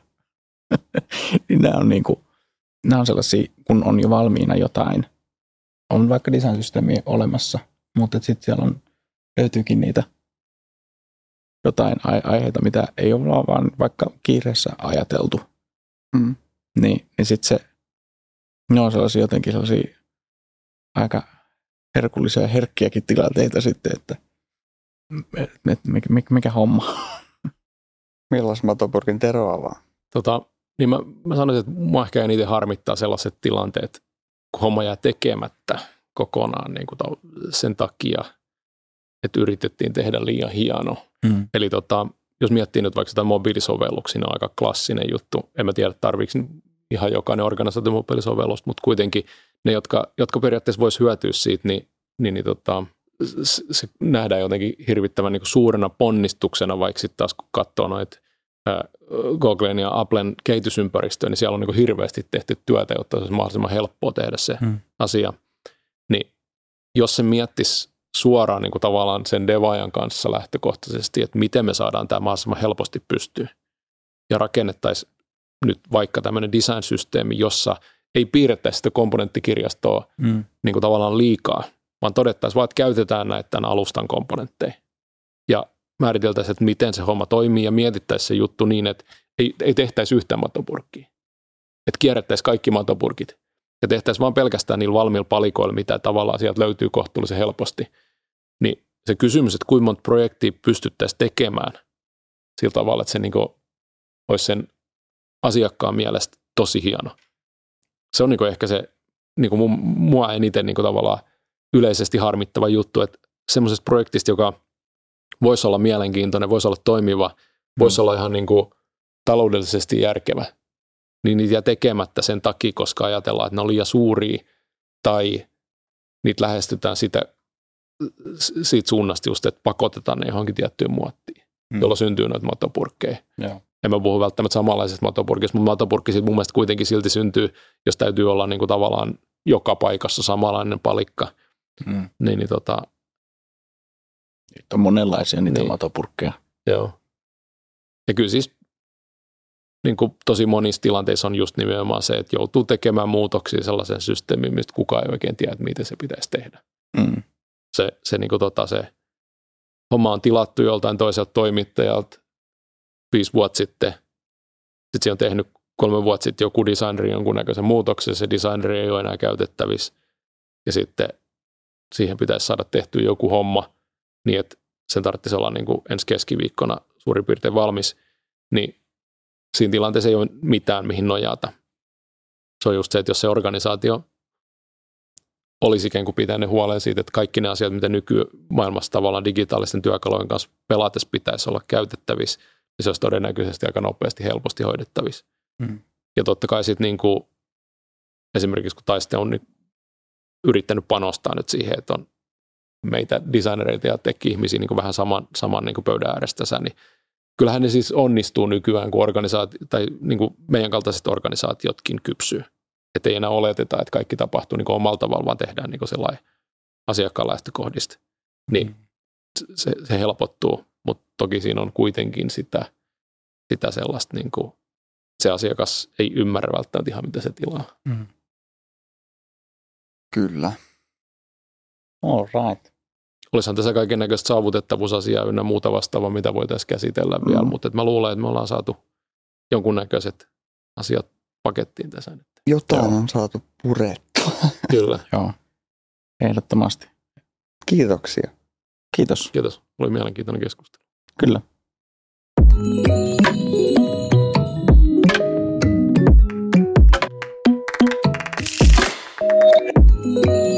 Niin nämä on niin kuin, nämä on sellaisia, kun on jo valmiina jotain, on vaikka design-systeemi olemassa, mutta sitten siellä on, löytyykin niitä jotain aiheita, mitä ei ole vaan vaikka kiireessä ajateltu. Mm. Niin, niin sitten se, ne on sellaisia jotenkin sellaisia aika herkullisia ja herkkiäkin tilanteita sitten, että et, et, mikä, mikä homma. Milloin matopurkin Tero avaa? Tota, niin mä, mä sanoisin, että mua ehkä eniten harmittaa sellaiset tilanteet, kun homma jää tekemättä kokonaan niin kuin sen takia, että yritettiin tehdä liian hieno. Mm. Eli tota, jos miettii nyt vaikka sitä mobiilisovelluksia, niin on aika klassinen juttu. En mä tiedä, tarviiko ihan jokainen organisaatio mobiilisovellusta, mutta kuitenkin ne, jotka, jotka periaatteessa vois hyötyä siitä, niin, niin, niin tota, se nähdään jotenkin hirvittävän niin kuin suurena ponnistuksena, vaikka sitten taas kun katsoo noita Googlen ja Applen kehitysympäristöä, niin siellä on niin kuin hirveästi tehty työtä, jotta se olisi mahdollisimman helppoa tehdä se hmm. asia. Niin jos se miettisi suoraan niin kuin tavallaan sen devaajan kanssa lähtökohtaisesti, että miten me saadaan tämä mahdollisimman helposti pystyä ja rakennettaisiin nyt vaikka tämmöinen design-systeemi, jossa ei piirrettäisi sitä komponenttikirjastoa hmm. niin kuin tavallaan liikaa, vaan todettaisiin vaan, että käytetään näitä tämän alustan komponentteja. Ja määriteltäisiin, että miten se homma toimii ja mietittäisiin se juttu niin, että ei, ei tehtäisi yhtään matopurkkia. Että kierrettäisiin kaikki matopurkit ja tehtäisiin vaan pelkästään niillä valmiilla palikoilla, mitä tavallaan sieltä löytyy kohtuullisen helposti. Niin se kysymys, että kuinka monta projektia pystyttäisiin tekemään sillä tavalla, että se niin kuin olisi sen asiakkaan mielestä tosi hieno. Se on niin kuin ehkä se, niin kuin mua eniten niin kuin tavallaan yleisesti harmittava juttu, että semmoisesta projektista, joka voisi olla mielenkiintoinen, voisi olla toimiva, voisi mm. olla ihan niin kuin taloudellisesti järkevä, niin niitä jää tekemättä sen takia, koska ajatellaan, että ne on liian suuria tai niitä lähestytään sitä, siitä suunnasta just, että pakotetaan ne johonkin tiettyyn muottiin, mm. jolloin syntyy noita matopurkkeja. Yeah. En mä puhu välttämättä samanlaisesta matopurkista, mutta matopurkki mun mielestä kuitenkin silti syntyy, jos täytyy olla niin kuin tavallaan joka paikassa samanlainen palikka. Mm. Niin, niin tota, niitä on monenlaisia niitä niin. matopurkkeja. Joo. Ja kyllä siis niin kuin tosi monissa tilanteissa on just nimenomaan se, että joutuu tekemään muutoksia sellaisen systeemiin, mistä kukaan ei oikein tiedä, että miten se pitäisi tehdä. Mm. Se, se, niin kuin tota, se homma on tilattu joltain toiselta toimittajalta viisi vuotta sitten. Sitten se on tehnyt kolme vuotta sitten joku designeri jonkunnäköisen muutoksen, se designeri ei ole enää käytettävissä. Ja sitten siihen pitäisi saada tehtyä joku homma niin, että sen tarvitsisi olla niin kuin ensi keskiviikkona suurin piirtein valmis. Niin siinä tilanteessa ei ole mitään, mihin nojata. Se on just se, että jos se organisaatio olisi ikään kuin pitää ne huoleen siitä, että kaikki ne asiat, mitä nykymaailmassa tavallaan digitaalisten työkalujen kanssa pelatessa pitäisi olla käytettävissä, niin se olisi todennäköisesti aika nopeasti helposti hoidettavissa. Mm. Ja totta kai sitten niin kuin, esimerkiksi kun Taiste on niin yrittänyt panostaa nyt siihen, että on meitä designereita ja tech-ihmisiä niin kuin vähän saman, saman niin kuin pöydän äärestänsä, niin kyllähän ne siis onnistuu nykyään, kun organisaatio, tai niin kuin meidän kaltaiset organisaatiotkin kypsyy. Että ei enää oleteta, että kaikki tapahtuu niin kuin omalla tavalla, vaan tehdään niin kuin sellainen asiakkaan lähtökohdista. Niin se, se helpottuu, mutta toki siinä on kuitenkin sitä, sitä sellaista, niin kuin, se asiakas ei ymmärrä välttämättä ihan, mitä se tilaa. Mm. Kyllä. All right. Olisihan tässä kaiken näköistä saavutettavuusasiaa ynnä muuta vastaavaa, mitä voitaisiin käsitellä mm. vielä, mutta mä luulen, että me ollaan saatu jonkunnäköiset asiat pakettiin tässä nyt. Jotain on saatu purettua. Kyllä. Joo, ehdottomasti. Kiitoksia. Kiitos. Kiitos. Oli mielenkiintoinen keskustelu. Kyllä. Thank you.